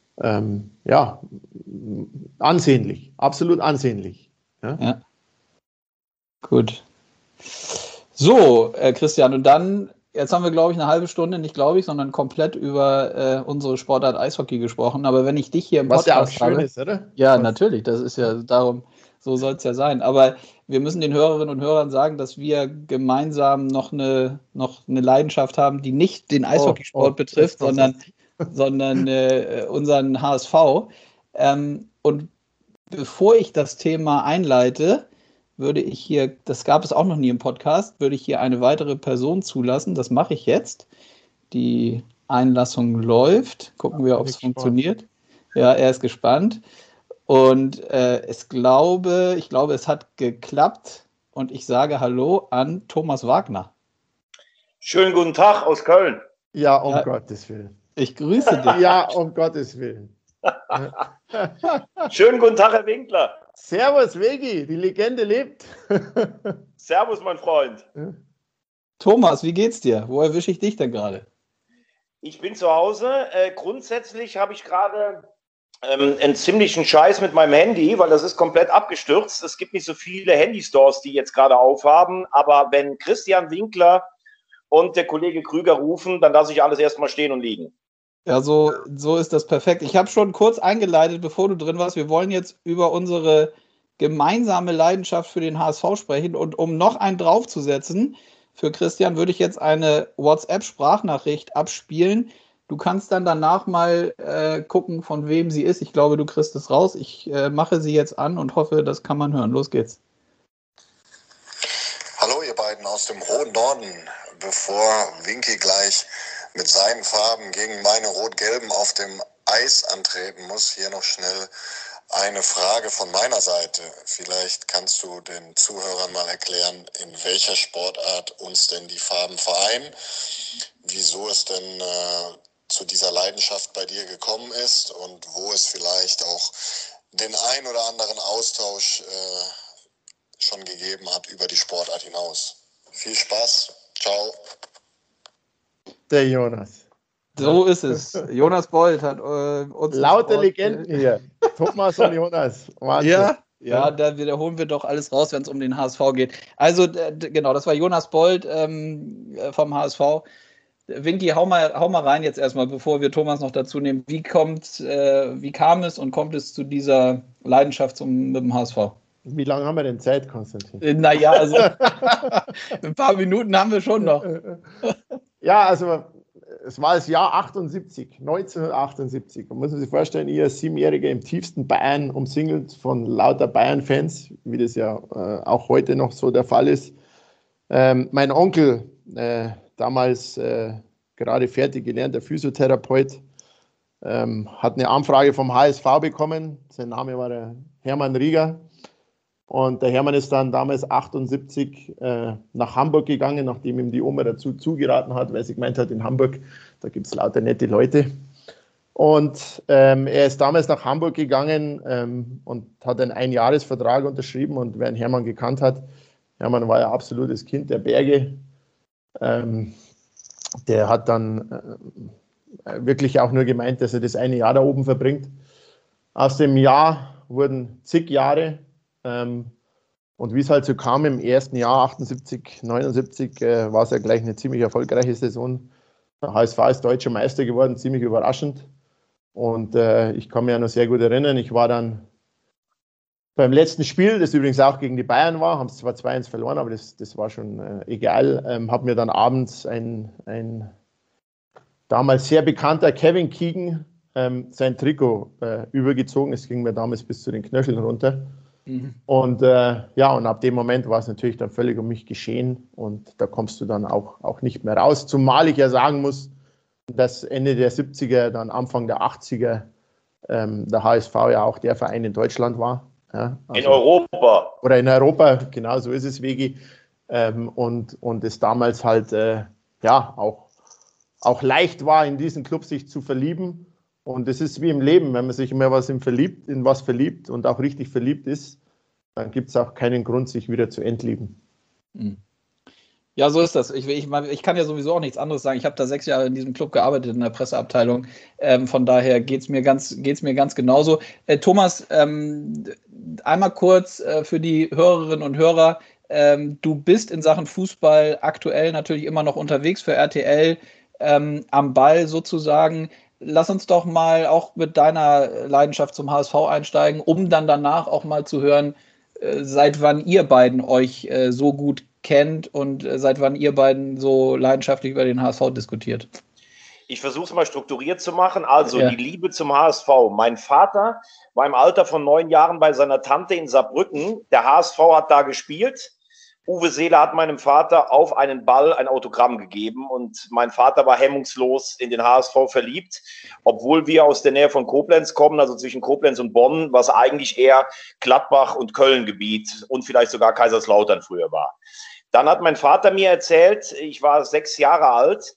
ansehnlich, absolut ansehnlich. Ja. Gut. So, Christian, und dann, jetzt haben wir, glaube ich, eine halbe Stunde, nicht glaube ich, sondern komplett über unsere Sportart Eishockey gesprochen. Aber wenn ich dich hier im Podcast ja auch schön ist, oder? Ja, natürlich, das ist ja darum, so soll es ja sein. Aber wir müssen den Hörerinnen und Hörern sagen, dass wir gemeinsam noch eine Leidenschaft haben, die nicht den Eishockeysport betrifft, sondern unseren HSV. Und bevor ich das Thema einleite, würde ich hier, das gab es auch noch nie im Podcast, würde ich hier eine weitere Person zulassen. Das mache ich jetzt. Die Einlassung läuft. Gucken wir, ob es funktioniert. Ja, er ist gespannt. Und ich glaube, es hat geklappt. Und ich sage Hallo an Thomas Wagner. Schönen guten Tag aus Köln. Ja, Gottes Willen. Ich grüße dich. Ja, um Gottes Willen. Schönen guten Tag, Herr Winkler. Servus, Vegi, die Legende lebt. Servus, mein Freund. Thomas, wie geht's dir? Wo erwische ich dich denn gerade? Ich bin zu Hause. Grundsätzlich habe ich gerade einen ziemlichen Scheiß mit meinem Handy, weil das ist komplett abgestürzt. Es gibt nicht so viele Handy-Stores, die jetzt gerade aufhaben. Aber wenn Christian Winkler und der Kollege Krüger rufen, dann lasse ich alles erstmal stehen und liegen. Ja, so ist das perfekt. Ich habe schon kurz eingeleitet, bevor du drin warst. Wir wollen jetzt über unsere gemeinsame Leidenschaft für den HSV sprechen. Und um noch einen draufzusetzen, für Christian würde ich jetzt eine WhatsApp-Sprachnachricht abspielen. Du kannst dann danach mal gucken, von wem sie ist. Ich glaube, du kriegst es raus. Ich mache sie jetzt an und hoffe, das kann man hören. Los geht's. Hallo ihr beiden aus dem hohen Norden. Bevor Winky gleich mit seinen Farben gegen meine Rot-Gelben auf dem Eis antreten muss, hier noch schnell eine Frage von meiner Seite. Vielleicht kannst du den Zuhörern mal erklären, in welcher Sportart uns denn die Farben vereinen, wieso es denn zu dieser Leidenschaft bei dir gekommen ist und wo es vielleicht auch den ein oder anderen Austausch schon gegeben hat über die Sportart hinaus. Viel Spaß. Ciao. Der Jonas. So ist es. Jonas Bold hat uns... Laute Legenden hier. Thomas und Jonas. Wahnsinn. Ja, da wiederholen wir doch alles raus, wenn es um den HSV geht. Also, genau, das war Jonas Bold vom HSV. Winky, hau mal rein jetzt erstmal, bevor wir Thomas noch dazu nehmen. Wie kam es und kommt es zu dieser Leidenschaft mit dem HSV? Wie lange haben wir denn Zeit, Konstantin? Naja, also ein paar Minuten haben wir schon noch. Ja, also es war das Jahr 1978. Da muss man sich vorstellen, ich als Siebenjähriger im tiefsten Bayern umsingelt von lauter Bayern-Fans, wie das ja auch heute noch so der Fall ist. Mein Onkel, damals gerade fertig gelernter Physiotherapeut, hat eine Anfrage vom HSV bekommen. Sein Name war der Hermann Rieger. Und der Hermann ist dann damals 78 nach Hamburg gegangen, nachdem ihm die Oma dazu zugeraten hat, weil sie gemeint hat, in Hamburg, da gibt es lauter nette Leute. Und er ist damals nach Hamburg gegangen und hat einen Einjahresvertrag unterschrieben. Und wer einen Hermann gekannt hat, Hermann war ja absolutes Kind der Berge. Der hat dann wirklich auch nur gemeint, dass er das eine Jahr da oben verbringt. Aus dem Jahr wurden zig Jahre. Und wie es halt so kam, im ersten Jahr 78, 79 war es ja gleich eine ziemlich erfolgreiche Saison. Der HSV ist deutscher Meister geworden, ziemlich überraschend. Und ich kann mich ja noch sehr gut erinnern, ich war dann beim letzten Spiel, das übrigens auch gegen die Bayern war, haben es zwar 2-1 verloren, aber das war schon egal, habe mir dann abends ein damals sehr bekannter Kevin Keegan sein Trikot übergezogen. Es ging mir damals bis zu den Knöcheln runter. Und und ab dem Moment war es natürlich dann völlig um mich geschehen und da kommst du dann auch nicht mehr raus. Zumal ich ja sagen muss, dass Ende der 70er, dann Anfang der 80er der HSV ja auch der Verein in Deutschland war. Ja, also, in Europa. Oder in Europa, genau so ist es, Wegi. Und es damals halt auch leicht war, in diesen Club sich zu verlieben. Und es ist wie im Leben, wenn man sich immer in was verliebt und auch richtig verliebt ist, dann gibt es auch keinen Grund, sich wieder zu entlieben. Ja, so ist das. Ich kann ja sowieso auch nichts anderes sagen. Ich habe da 6 Jahre in diesem Club gearbeitet, in der Presseabteilung. Von daher geht's mir ganz genauso. Thomas, einmal kurz für die Hörerinnen und Hörer. Du bist in Sachen Fußball aktuell natürlich immer noch unterwegs für RTL, am Ball sozusagen. Lass uns doch mal auch mit deiner Leidenschaft zum HSV einsteigen, um dann danach auch mal zu hören, seit wann ihr beiden euch so gut kennt und seit wann ihr beiden so leidenschaftlich über den HSV diskutiert. Ich versuche es mal strukturiert zu machen. Also die Liebe zum HSV. Mein Vater war im Alter von 9 Jahren bei seiner Tante in Saarbrücken. Der HSV hat da gespielt. Uwe Seeler hat meinem Vater auf einen Ball ein Autogramm gegeben und mein Vater war hemmungslos in den HSV verliebt, obwohl wir aus der Nähe von Koblenz kommen, also zwischen Koblenz und Bonn, was eigentlich eher Gladbach und Köln-Gebiet und vielleicht sogar Kaiserslautern früher war. Dann hat mein Vater mir erzählt, ich war 6 Jahre alt,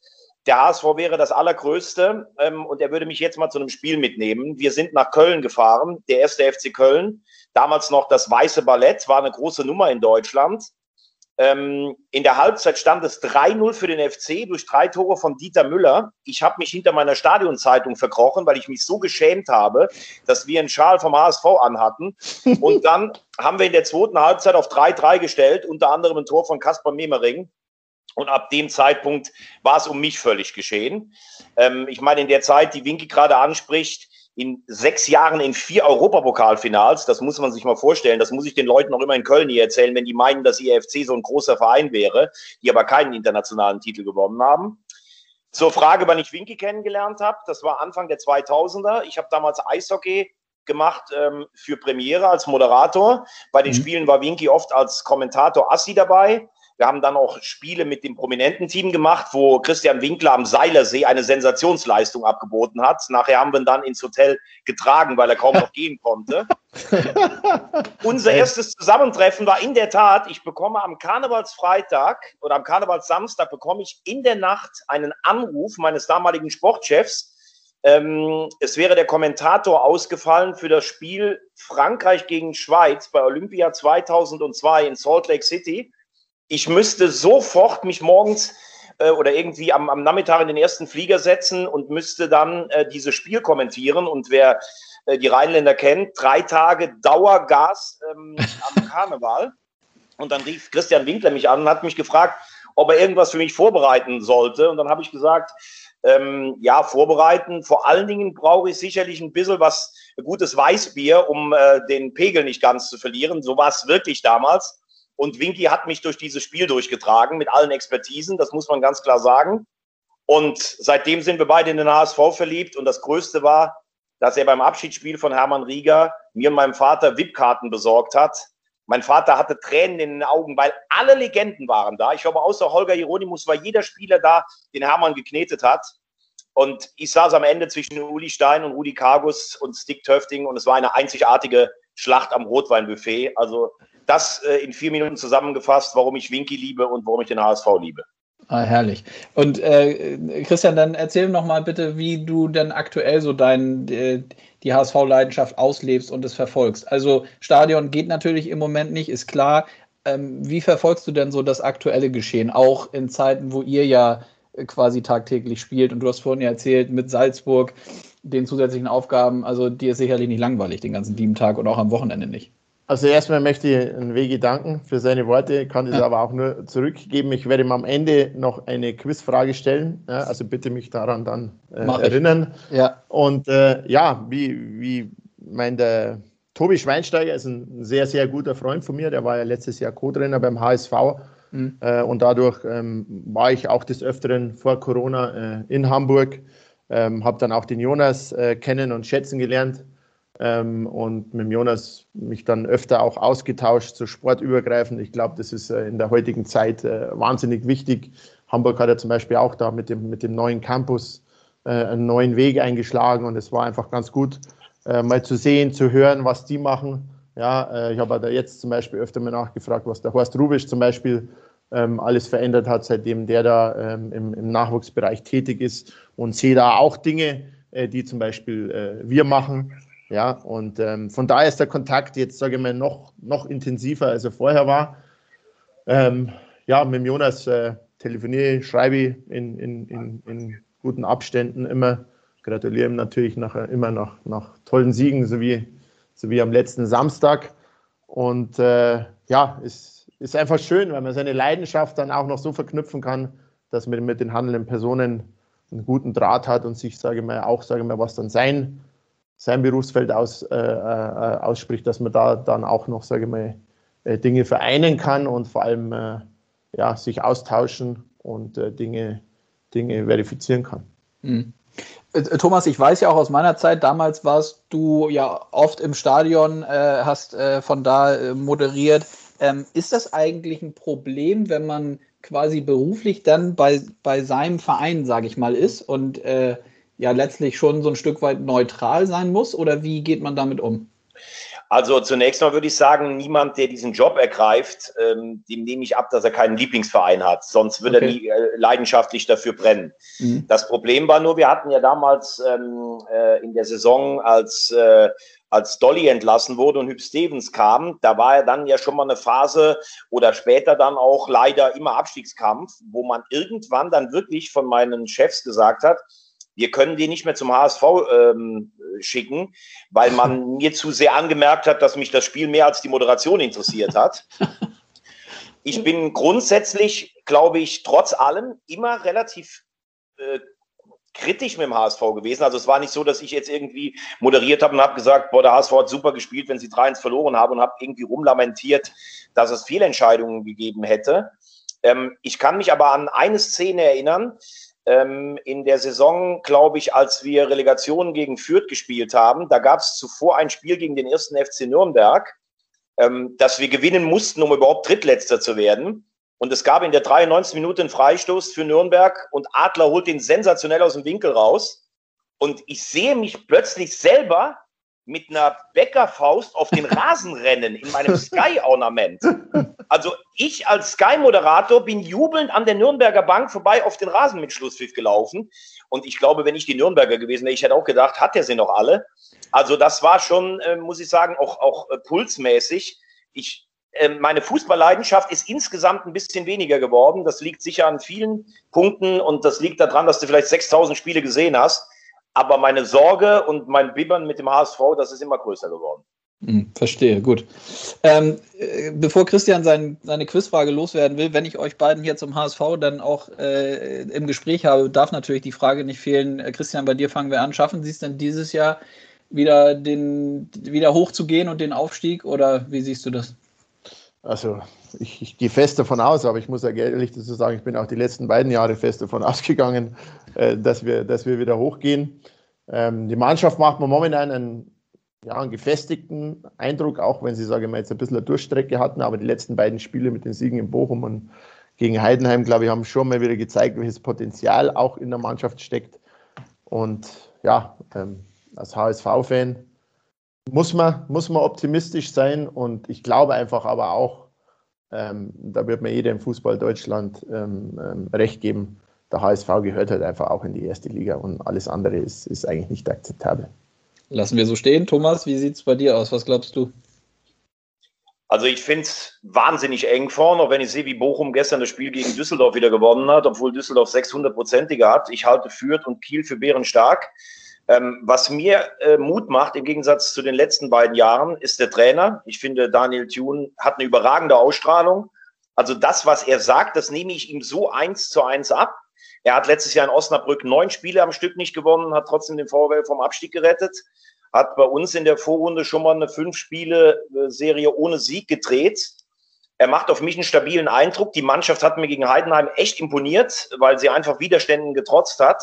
der HSV wäre das Allergrößte und er würde mich jetzt mal zu einem Spiel mitnehmen. Wir sind nach Köln gefahren, der 1. FC Köln, damals noch das Weiße Ballett, war eine große Nummer in Deutschland. In der Halbzeit stand es 3-0 für den FC durch 3 Tore von Dieter Müller. Ich habe mich hinter meiner Stadionzeitung verkrochen, weil ich mich so geschämt habe, dass wir einen Schal vom HSV anhatten. Und dann haben wir in der zweiten Halbzeit auf 3-3 gestellt, unter anderem ein Tor von Kasper Memering. Und ab dem Zeitpunkt war es um mich völlig geschehen. Ich meine, in der Zeit, die Winky gerade anspricht, in 6 Jahren in 4 Europapokalfinals, das muss man sich mal vorstellen, das muss ich den Leuten auch immer in Köln hier erzählen, wenn die meinen, dass IFC so ein großer Verein wäre, die aber keinen internationalen Titel gewonnen haben. Zur Frage, wann ich Winky kennengelernt habe, das war Anfang der 2000er. Ich habe damals Eishockey gemacht für Premiere als Moderator. Bei den Spielen war Winky oft als Kommentator Assi dabei. Wir haben dann auch Spiele mit dem prominenten Team gemacht, wo Christian Winkler am Seilersee eine Sensationsleistung abgeboten hat. Nachher haben wir ihn dann ins Hotel getragen, weil er kaum noch gehen konnte. Unser erstes Zusammentreffen war in der Tat, ich bekomme am Karnevalsfreitag oder am Karnevalssamstag bekomme ich in der Nacht einen Anruf meines damaligen Sportchefs. Es wäre der Kommentator ausgefallen für das Spiel Frankreich gegen Schweiz bei Olympia 2002 in Salt Lake City. Ich müsste sofort mich morgens oder irgendwie am Nachmittag in den ersten Flieger setzen und müsste dann dieses Spiel kommentieren. Und wer die Rheinländer kennt, 3 Tage Dauergas am Karneval. Und dann rief Christian Winkler mich an und hat mich gefragt, ob er irgendwas für mich vorbereiten sollte. Und dann habe ich gesagt, ja, vorbereiten. Vor allen Dingen brauche ich sicherlich ein bisschen gutes Weißbier, um den Pegel nicht ganz zu verlieren. So war es wirklich damals. Und Winky hat mich durch dieses Spiel durchgetragen mit allen Expertisen, das muss man ganz klar sagen. Und seitdem sind wir beide in den HSV verliebt. Und das Größte war, dass er beim Abschiedsspiel von Hermann Rieger mir und meinem Vater VIP-Karten besorgt hat. Mein Vater hatte Tränen in den Augen, weil alle Legenden waren da. Ich glaube, außer Holger Hieronymus war jeder Spieler da, den Hermann geknetet hat. Und ich saß am Ende zwischen Uli Stein und Rudi Kargus und Stig Töfting. Und es war eine einzigartige Schlacht am Rotweinbuffet. Also das in 4 Minuten zusammengefasst, warum ich Winky liebe und warum ich den HSV liebe. Ah, herrlich. Und Christian, dann erzähl noch mal bitte, wie du denn aktuell so die HSV-Leidenschaft auslebst und es verfolgst. Also Stadion geht natürlich im Moment nicht, ist klar. Wie verfolgst du denn so das aktuelle Geschehen, auch in Zeiten, wo ihr ja quasi tagtäglich spielt? Und du hast vorhin ja erzählt, mit Salzburg, den zusätzlichen Aufgaben, also dir ist sicherlich nicht langweilig den ganzen lieben Tag und auch am Wochenende nicht. Also erstmal möchte ich einen Wegi danken für seine Worte, kann das aber auch nur zurückgeben. Ich werde ihm am Ende noch eine Quizfrage stellen, ja, also bitte mich daran dann erinnern. Ja. Und der Tobi Schweinsteiger ist ein sehr, sehr guter Freund von mir, der war ja letztes Jahr Co-Trainer beim HSV und dadurch war ich auch des Öfteren vor Corona in Hamburg, habe dann auch den Jonas kennen und schätzen gelernt. Und mit dem Jonas mich dann öfter auch ausgetauscht, so sportübergreifend. Ich glaube, das ist in der heutigen Zeit wahnsinnig wichtig. Hamburg hat ja zum Beispiel auch da mit dem neuen Campus einen neuen Weg eingeschlagen und es war einfach ganz gut, mal zu sehen, zu hören, was die machen. Ja, ich habe da jetzt zum Beispiel öfter mal nachgefragt, was der Horst Rubisch zum Beispiel alles verändert hat, seitdem der da im Nachwuchsbereich tätig ist, und sehe da auch Dinge, die zum Beispiel wir machen. Ja, und von daher ist der Kontakt jetzt, sage ich mal, noch intensiver, als er vorher war. Ja, mit dem Jonas telefoniere ich, schreibe ich in guten Abständen immer. Gratuliere ihm natürlich immer nach tollen Siegen, so wie am letzten Samstag. Und ja, ist einfach schön, weil man seine Leidenschaft dann auch noch so verknüpfen kann, dass man mit den handelnden Personen einen guten Draht hat und sich, sage ich mal, was dann sein Berufsfeld ausspricht, dass man da dann auch noch, sage ich mal, Dinge vereinen kann und vor allem sich austauschen und Dinge verifizieren kann. Mhm. Thomas, ich weiß ja auch aus meiner Zeit, damals warst du ja oft im Stadion, hast von da moderiert. Ist das eigentlich ein Problem, wenn man quasi beruflich dann bei seinem Verein, sage ich mal, ist und letztlich schon so ein Stück weit neutral sein muss, oder wie geht man damit um? Also zunächst mal würde ich sagen, niemand, der diesen Job ergreift, dem nehme ich ab, dass er keinen Lieblingsverein hat. Sonst würde er nie leidenschaftlich dafür brennen. Mhm. Das Problem war nur, wir hatten ja damals in der Saison, als Dolly entlassen wurde und Hüb Stevens kam, da war ja dann ja schon mal eine Phase oder später dann auch leider immer Abstiegskampf, wo man irgendwann dann wirklich von meinen Chefs gesagt hat, wir können die nicht mehr zum HSV schicken, weil man mir zu sehr angemerkt hat, dass mich das Spiel mehr als die Moderation interessiert hat. Ich bin grundsätzlich, glaube ich, trotz allem immer relativ kritisch mit dem HSV gewesen. Also es war nicht so, dass ich jetzt irgendwie moderiert habe und habe gesagt, boah, der HSV hat super gespielt, wenn sie 3-1 verloren haben und habe irgendwie rumlamentiert, dass es Fehlentscheidungen gegeben hätte. Ich kann mich aber an eine Szene erinnern, in der Saison, glaube ich, als wir Relegation gegen Fürth gespielt haben, da gab es zuvor ein Spiel gegen den 1. FC Nürnberg, das wir gewinnen mussten, um überhaupt Drittletzter zu werden. Und es gab in der 93. Minute einen Freistoß für Nürnberg und Adler holt den sensationell aus dem Winkel raus. Und ich sehe mich plötzlich selber mit einer Bäckerfaust auf den Rasen rennen in meinem Sky-Ornament. Also ich als Sky-Moderator bin jubelnd an der Nürnberger Bank vorbei auf den Rasen mit Schlusspfiff gelaufen. Und ich glaube, wenn ich die Nürnberger gewesen wäre, ich hätte auch gedacht, hat der sie noch alle? Also das war schon, muss ich sagen, auch pulsmäßig. Meine Fußballleidenschaft ist insgesamt ein bisschen weniger geworden. Das liegt sicher an vielen Punkten und das liegt daran, dass du vielleicht 6.000 Spiele gesehen hast. Aber meine Sorge und mein Bibbern mit dem HSV, das ist immer größer geworden. Verstehe, gut. Bevor Christian seine Quizfrage loswerden will, wenn ich euch beiden hier zum HSV dann auch im Gespräch habe, darf natürlich die Frage nicht fehlen. Christian, bei dir fangen wir an. Schaffen Sie es denn dieses Jahr wieder hochzugehen und den Aufstieg oder wie siehst du das? Also ich gehe fest davon aus, aber ich muss ja ehrlich dazu sagen, ich bin auch die letzten beiden Jahre fest davon ausgegangen, dass wir wieder hochgehen. Die Mannschaft macht mir momentan einen gefestigten Eindruck, auch wenn sie, sage ich mal, jetzt ein bisschen eine Durchstrecke hatten, aber die letzten beiden Spiele mit den Siegen in Bochum und gegen Heidenheim, glaube ich, haben schon mal wieder gezeigt, welches Potenzial auch in der Mannschaft steckt. Und ja, als HSV-Fan muss man optimistisch sein und ich glaube einfach aber auch, da wird mir jeder im Fußball Deutschland recht geben, der HSV gehört halt einfach auch in die erste Liga und alles andere ist eigentlich nicht akzeptabel. Lassen wir so stehen. Thomas, wie sieht es bei dir aus? Was glaubst du? Also ich finde es wahnsinnig eng vorne, auch wenn ich sehe, wie Bochum gestern das Spiel gegen Düsseldorf wieder gewonnen hat, obwohl Düsseldorf 600-prozentige hat. Ich halte Fürth und Kiel für bärenstark. Was mir Mut macht, im Gegensatz zu den letzten beiden Jahren, ist der Trainer. Ich finde, Daniel Thune hat eine überragende Ausstrahlung. Also das, was er sagt, das nehme ich ihm so 1:1 ab. Er hat letztes Jahr in Osnabrück 9 Spiele am Stück nicht gewonnen, hat trotzdem den VfL vom Abstieg gerettet. Hat bei uns in der Vorrunde schon mal eine 5-Spiele-Serie ohne Sieg gedreht. Er macht auf mich einen stabilen Eindruck. Die Mannschaft hat mir gegen Heidenheim echt imponiert, weil sie einfach Widerständen getrotzt hat.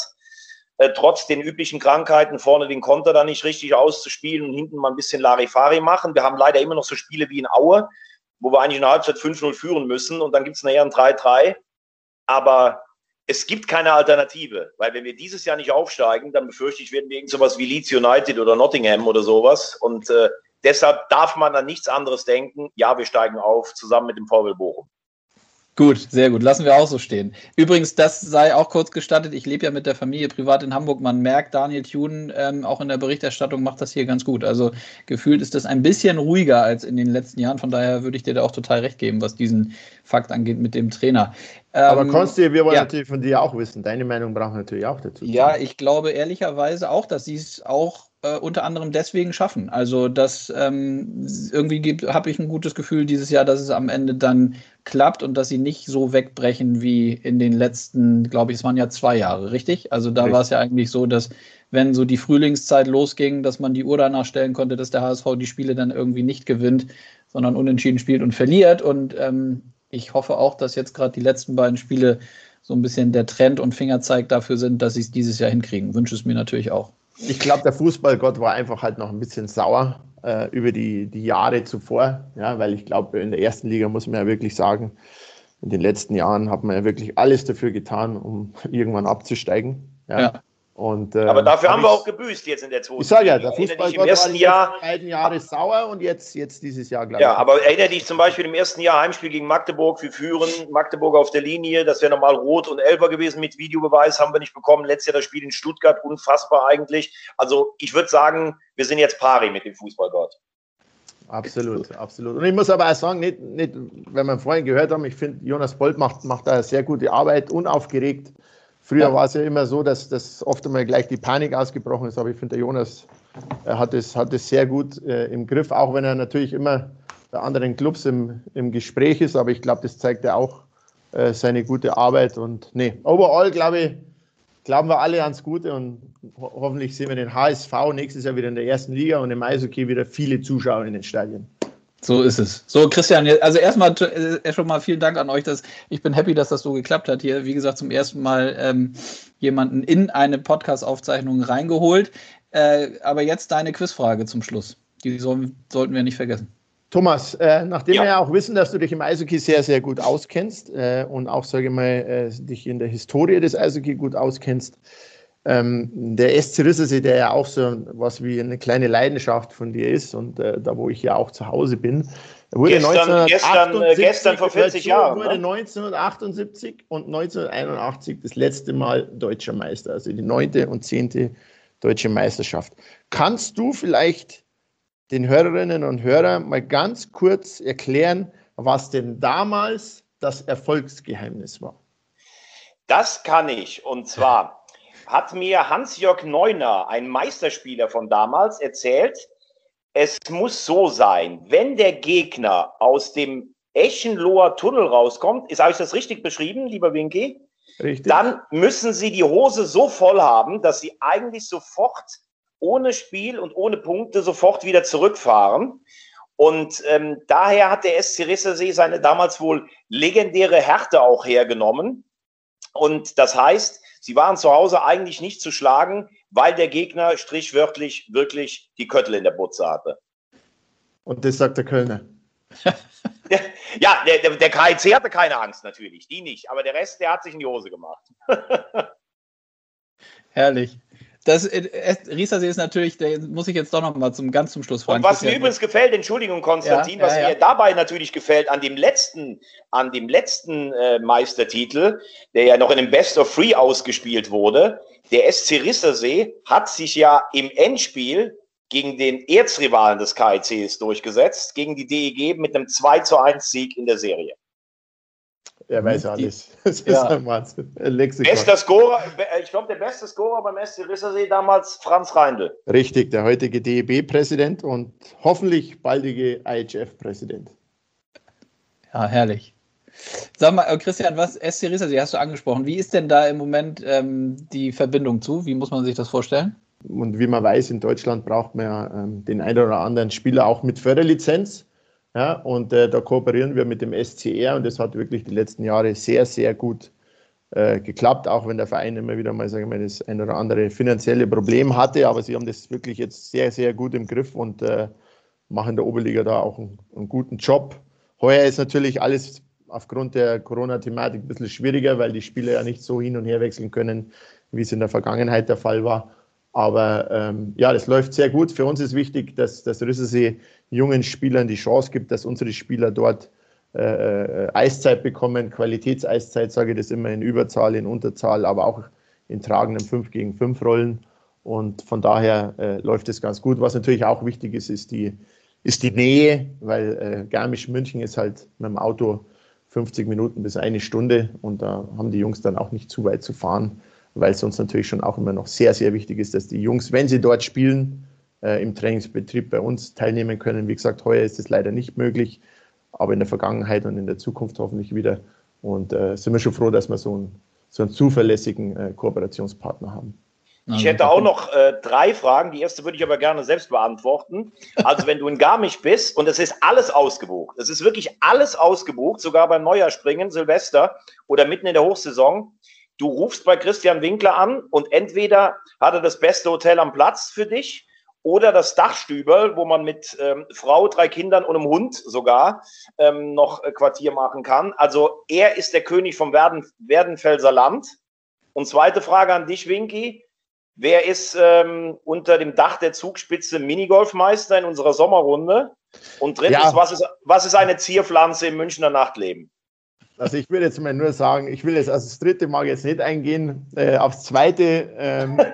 Trotz den üblichen Krankheiten, vorne den Konter da nicht richtig auszuspielen und hinten mal ein bisschen Larifari machen. Wir haben leider immer noch so Spiele wie in Aue, wo wir eigentlich in der Halbzeit 5-0 führen müssen und dann gibt es nachher ein 3-3. Aber es gibt keine Alternative, weil wenn wir dieses Jahr nicht aufsteigen, dann befürchte ich, werden wir irgend sowas wie Leeds United oder Nottingham oder sowas. Und deshalb darf man an nichts anderes denken. Ja, wir steigen auf, zusammen mit dem VfL Bochum. Gut, sehr gut. Lassen wir auch so stehen. Übrigens, das sei auch kurz gestattet. Ich lebe ja mit der Familie privat in Hamburg. Man merkt, Daniel Thune auch in der Berichterstattung macht das hier ganz gut. Also gefühlt ist das ein bisschen ruhiger als in den letzten Jahren. Von daher würde ich dir da auch total recht geben, was diesen Fakt angeht mit dem Trainer. Aber Konsti, wir wollen natürlich von dir auch wissen. Deine Meinung brauchen wir natürlich auch dazu. Ja, ich glaube ehrlicherweise auch, dass sie es auch unter anderem deswegen schaffen. Also das irgendwie habe ich ein gutes Gefühl dieses Jahr, dass es am Ende dann klappt und dass sie nicht so wegbrechen wie in den letzten, glaube ich, es waren ja 2 Jahre, richtig? Also da war es ja eigentlich so, dass wenn so die Frühlingszeit losging, dass man die Uhr danach stellen konnte, dass der HSV die Spiele dann irgendwie nicht gewinnt, sondern unentschieden spielt und verliert. Und ich hoffe auch, dass jetzt gerade die letzten beiden Spiele so ein bisschen der Trend und Fingerzeig dafür sind, dass sie es dieses Jahr hinkriegen. Wünsche es mir natürlich auch. Ich glaube, der Fußballgott war einfach halt noch ein bisschen sauer über die Jahre zuvor, ja, weil ich glaube, in der ersten Liga muss man ja wirklich sagen, in den letzten Jahren hat man ja wirklich alles dafür getan, um irgendwann abzusteigen. Ja. Und, aber dafür haben wir auch gebüßt jetzt in der zweiten. Ich sage ja, der Fußball im ersten Jahr beiden Jahre sauer und jetzt dieses Jahr, glaube ich. Ja, aber erinnere dich zum Beispiel im ersten Jahr Heimspiel gegen Magdeburg, wir führen, Magdeburg auf der Linie, das wäre nochmal Rot und Elfer gewesen mit Videobeweis, haben wir nicht bekommen. Letztes Jahr das Spiel in Stuttgart, unfassbar eigentlich. Also ich würde sagen, wir sind jetzt pari mit dem Fußballgott. Absolut, absolut. Und ich muss aber auch sagen, nicht wenn wir vorhin gehört haben, ich finde, Jonas Bold macht da eine sehr gute Arbeit, unaufgeregt. Früher war es ja immer so, dass oft einmal gleich die Panik ausgebrochen ist, aber ich finde, der Jonas hat es sehr gut im Griff, auch wenn er natürlich immer bei anderen Clubs im Gespräch ist, aber ich glaube, das zeigt ja auch seine gute Arbeit und overall glauben wir alle ans Gute und hoffentlich sehen wir den HSV nächstes Jahr wieder in der ersten Liga und im Eishockey wieder viele Zuschauer in den Stadien. So ist es. So, Christian, also erstmal schon mal vielen Dank an euch. Ich bin happy, dass das so geklappt hat hier. Wie gesagt, zum ersten Mal jemanden in eine Podcast-Aufzeichnung reingeholt. Aber jetzt deine Quizfrage zum Schluss. Die sollten wir nicht vergessen. Thomas, nachdem wir ja auch wissen, dass du dich im Eishockey sehr, sehr gut auskennst und auch, sage ich mal, dich in der Historie des Eishockey gut auskennst, der SC Rissersee, der ja auch so was wie eine kleine Leidenschaft von dir ist und da, wo ich ja auch zu Hause bin, wurde gestern vor 40 Jahren. Wurde 1978 und 1981 das letzte Mal deutscher Meister, also die 9. und 10. deutsche Meisterschaft. Kannst du vielleicht den Hörerinnen und Hörern mal ganz kurz erklären, was denn damals das Erfolgsgeheimnis war? Das kann ich. Und zwar hat mir Hans-Jörg Neuner, ein Meisterspieler von damals, erzählt, es muss so sein, wenn der Gegner aus dem Eschenloher Tunnel rauskommt, habe ich das richtig beschrieben, lieber Winky? Richtig. Dann müssen sie die Hose so voll haben, dass sie eigentlich sofort ohne Spiel und ohne Punkte sofort wieder zurückfahren. Und daher hat der SC Rissersee seine damals wohl legendäre Härte auch hergenommen. Und das heißt, sie waren zu Hause eigentlich nicht zu schlagen, weil der Gegner strichwörtlich wirklich die Köttel in der Butze hatte. Und das sagt der Kölner. Ja, der KIC hatte keine Angst natürlich, die nicht. Aber der Rest, der hat sich in die Hose gemacht. Herrlich. Das Rissersee ist natürlich, der muss ich jetzt doch noch mal ganz zum Schluss fragen. Und was mir übrigens gefällt, Entschuldigung Konstantin, was mir dabei natürlich gefällt an dem letzten Meistertitel, der ja noch in dem Best of Three ausgespielt wurde, der SC Rissersee hat sich ja im Endspiel gegen den Erzrivalen des KICs durchgesetzt, gegen die DEG mit einem 2:1 Sieg in der Serie. Er weiß alles. Das ist ein Wahnsinn. Bester Scorer, ich glaube, der beste Scorer beim SC Rissersee damals Franz Reindl. Richtig, der heutige DEB-Präsident und hoffentlich baldige IHF-Präsident. Ja, herrlich. Sag mal, Christian, was SC Rissersee hast du angesprochen? Wie ist denn da im Moment die Verbindung zu? Wie muss man sich das vorstellen? Und wie man weiß, in Deutschland braucht man ja den einen oder anderen Spieler auch mit Förderlizenz. Ja, und da kooperieren wir mit dem SCR und das hat wirklich die letzten Jahre sehr, sehr gut geklappt, auch wenn der Verein immer wieder mal, sagen wir mal, das ein oder andere finanzielle Problem hatte, aber sie haben das wirklich jetzt sehr, sehr gut im Griff und machen der Oberliga da auch einen guten Job. Heuer ist natürlich alles aufgrund der Corona-Thematik ein bisschen schwieriger, weil die Spieler ja nicht so hin und her wechseln können, wie es in der Vergangenheit der Fall war. Aber das läuft sehr gut. Für uns ist wichtig, dass Rissersee jungen Spielern die Chance gibt, dass unsere Spieler dort Eiszeit bekommen, Qualitätseiszeit, sage ich das immer, in Überzahl, in Unterzahl, aber auch in tragenden 5-gegen-5 Rollen. Und von daher läuft es ganz gut. Was natürlich auch wichtig ist, ist die Nähe, weil Garmisch-München ist halt mit dem Auto 50 Minuten bis eine Stunde und da haben die Jungs dann auch nicht zu weit zu fahren, weil es uns natürlich schon auch immer noch sehr, sehr wichtig ist, dass die Jungs, wenn sie dort spielen, im Trainingsbetrieb bei uns teilnehmen können. Wie gesagt, heuer ist es leider nicht möglich, aber in der Vergangenheit und in der Zukunft hoffentlich wieder. Und sind wir schon froh, dass wir so einen zuverlässigen Kooperationspartner haben. Ich hätte auch noch 3 Fragen. Die erste würde ich aber gerne selbst beantworten. Also wenn du in Garmisch bist und es ist alles ausgebucht, es ist wirklich alles ausgebucht, sogar beim Neujahrspringen, Silvester oder mitten in der Hochsaison, du rufst bei Christian Winkler an und entweder hat er das beste Hotel am Platz für dich oder das Dachstüberl, wo man mit Frau, 3 Kindern und einem Hund sogar noch Quartier machen kann. Also er ist der König vom Werdenfelser Land. Und zweite Frage an dich, Winky. wer ist unter dem Dach der Zugspitze Minigolfmeister in unserer Sommerrunde? Und drittens, was ist eine Zierpflanze im Münchner Nachtleben? Also ich würde jetzt mal nur sagen, ich will jetzt, also das dritte mag jetzt nicht eingehen, aufs zweite.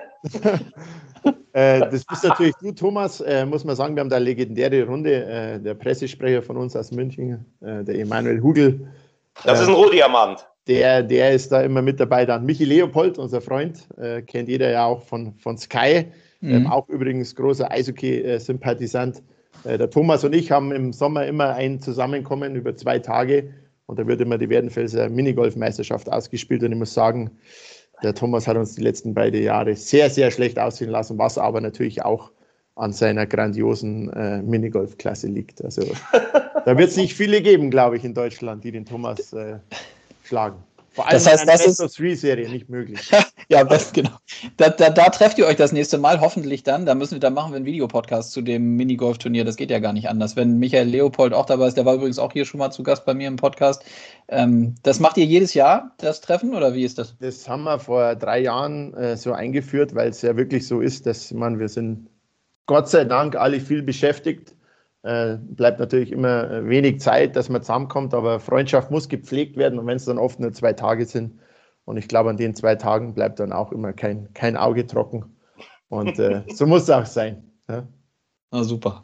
Das bist natürlich du, Thomas, muss man sagen, wir haben da eine legendäre Runde, der Pressesprecher von uns aus München, der Emanuel Hugel. Das ist ein Rohdiamant. Der ist da immer mit dabei. Dann Michi Leopold, unser Freund, kennt jeder ja auch von Sky, auch übrigens großer Eishockey-Sympathisant. Der Thomas und ich haben im Sommer immer ein Zusammenkommen über 2 Tage und da wird immer die Werdenfelser Minigolfmeisterschaft ausgespielt und ich muss sagen, der Thomas hat uns die letzten beiden Jahre sehr, sehr schlecht aussehen lassen, was aber natürlich auch an seiner grandiosen Minigolfklasse liegt. Also da wird es nicht viele geben, glaube ich, in Deutschland, die den Thomas schlagen. Vor allem das heißt, in einer Best-of-3-Serie nicht möglich. Ja, genau. Da trefft ihr euch das nächste Mal, hoffentlich dann. Da machen wir einen Videopodcast zu dem Minigolf-Turnier. Das geht ja gar nicht anders. Wenn Michael Leopold auch dabei ist, der war übrigens auch hier schon mal zu Gast bei mir im Podcast. Das macht ihr jedes Jahr, das Treffen, oder wie ist das? Das haben wir vor 3 Jahren so eingeführt, weil es ja wirklich so ist, dass wir sind Gott sei Dank alle viel beschäftigt. Bleibt natürlich immer wenig Zeit, dass man zusammenkommt, aber Freundschaft muss gepflegt werden und wenn es dann oft nur 2 Tage sind und ich glaube, an den 2 Tagen bleibt dann auch immer kein Auge trocken und so muss es auch sein. Ja? Na super.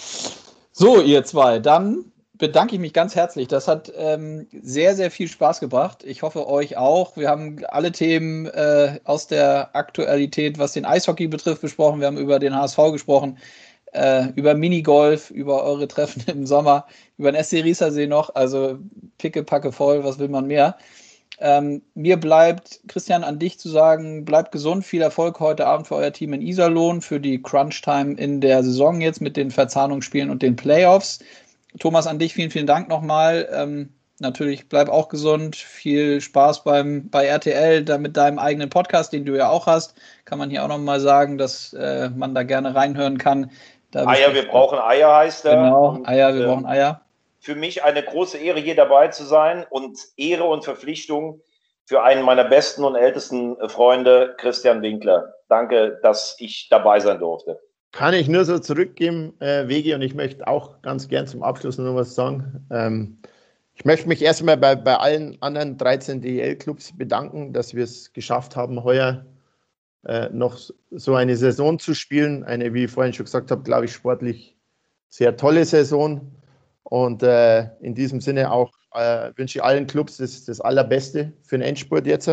So, ihr zwei, dann bedanke ich mich ganz herzlich. Das hat sehr, sehr viel Spaß gebracht. Ich hoffe, euch auch. Wir haben alle Themen aus der Aktualität, was den Eishockey betrifft, besprochen. Wir haben über den HSV gesprochen, über Minigolf, über eure Treffen im Sommer, über den SC Riesersee noch. Also pickepacke voll, was will man mehr? Mir bleibt, Christian, an dich zu sagen, bleibt gesund, viel Erfolg heute Abend für euer Team in Iserlohn, für die Crunch-Time in der Saison jetzt mit den Verzahnungsspielen und den Playoffs. Thomas, an dich vielen, vielen Dank nochmal. Natürlich bleib auch gesund, viel Spaß bei RTL, da mit deinem eigenen Podcast, den du ja auch hast. Kann man hier auch nochmal sagen, dass man da gerne reinhören kann. Eier, wir brauchen Eier heißt er. Genau, und, Eier, wir brauchen Eier. Für mich eine große Ehre, hier dabei zu sein und Ehre und Verpflichtung für einen meiner besten und ältesten Freunde, Christian Winkler. Danke, dass ich dabei sein durfte. Kann ich nur so zurückgeben, Wegi, und ich möchte auch ganz gern zum Abschluss noch was sagen. Ich möchte mich erstmal bei allen anderen 13 DEL-Clubs bedanken, dass wir es geschafft haben, heuer noch so eine Saison zu spielen. Eine, wie ich vorhin schon gesagt habe, glaube ich, sportlich sehr tolle Saison. Und in diesem Sinne auch wünsche ich allen Clubs das Allerbeste für den Endspurt jetzt.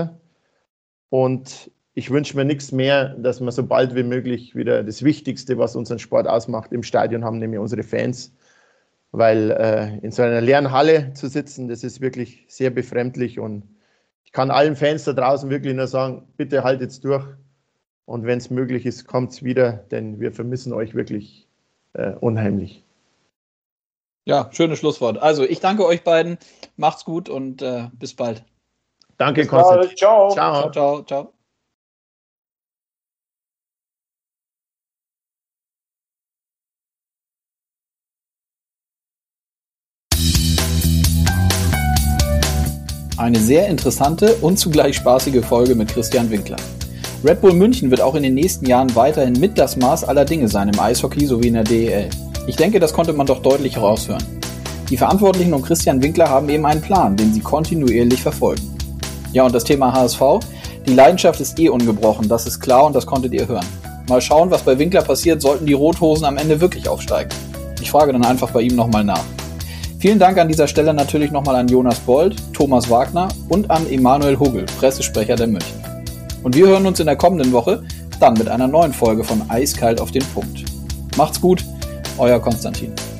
Und ich wünsche mir nichts mehr, dass wir so bald wie möglich wieder das Wichtigste, was unseren Sport ausmacht, im Stadion haben, nämlich unsere Fans. Weil in so einer leeren Halle zu sitzen, das ist wirklich sehr befremdlich. Und ich kann allen Fans da draußen wirklich nur sagen, bitte haltet's durch. Und wenn es möglich ist, kommt's wieder, denn wir vermissen euch wirklich unheimlich. Ja, schönes Schlusswort. Also ich danke euch beiden, macht's gut und bis bald. Danke, Konstantin. Ciao. Ciao. Ciao, ciao. Eine sehr interessante und zugleich spaßige Folge mit Christian Winkler. Red Bull München wird auch in den nächsten Jahren weiterhin mit das Maß aller Dinge sein im Eishockey sowie in der DEL. Ich denke, das konnte man doch deutlich heraushören. Die Verantwortlichen um Christian Winkler haben eben einen Plan, den sie kontinuierlich verfolgen. Ja, und das Thema HSV? Die Leidenschaft ist ungebrochen, das ist klar und das konntet ihr hören. Mal schauen, was bei Winkler passiert, sollten die Rothosen am Ende wirklich aufsteigen. Ich frage dann einfach bei ihm nochmal nach. Vielen Dank an dieser Stelle natürlich nochmal an Jonas Bold, Thomas Wagner und an Emanuel Hugel, Pressesprecher der München. Und wir hören uns in der kommenden Woche dann mit einer neuen Folge von Eiskalt auf den Punkt. Macht's gut, euer Konstantin.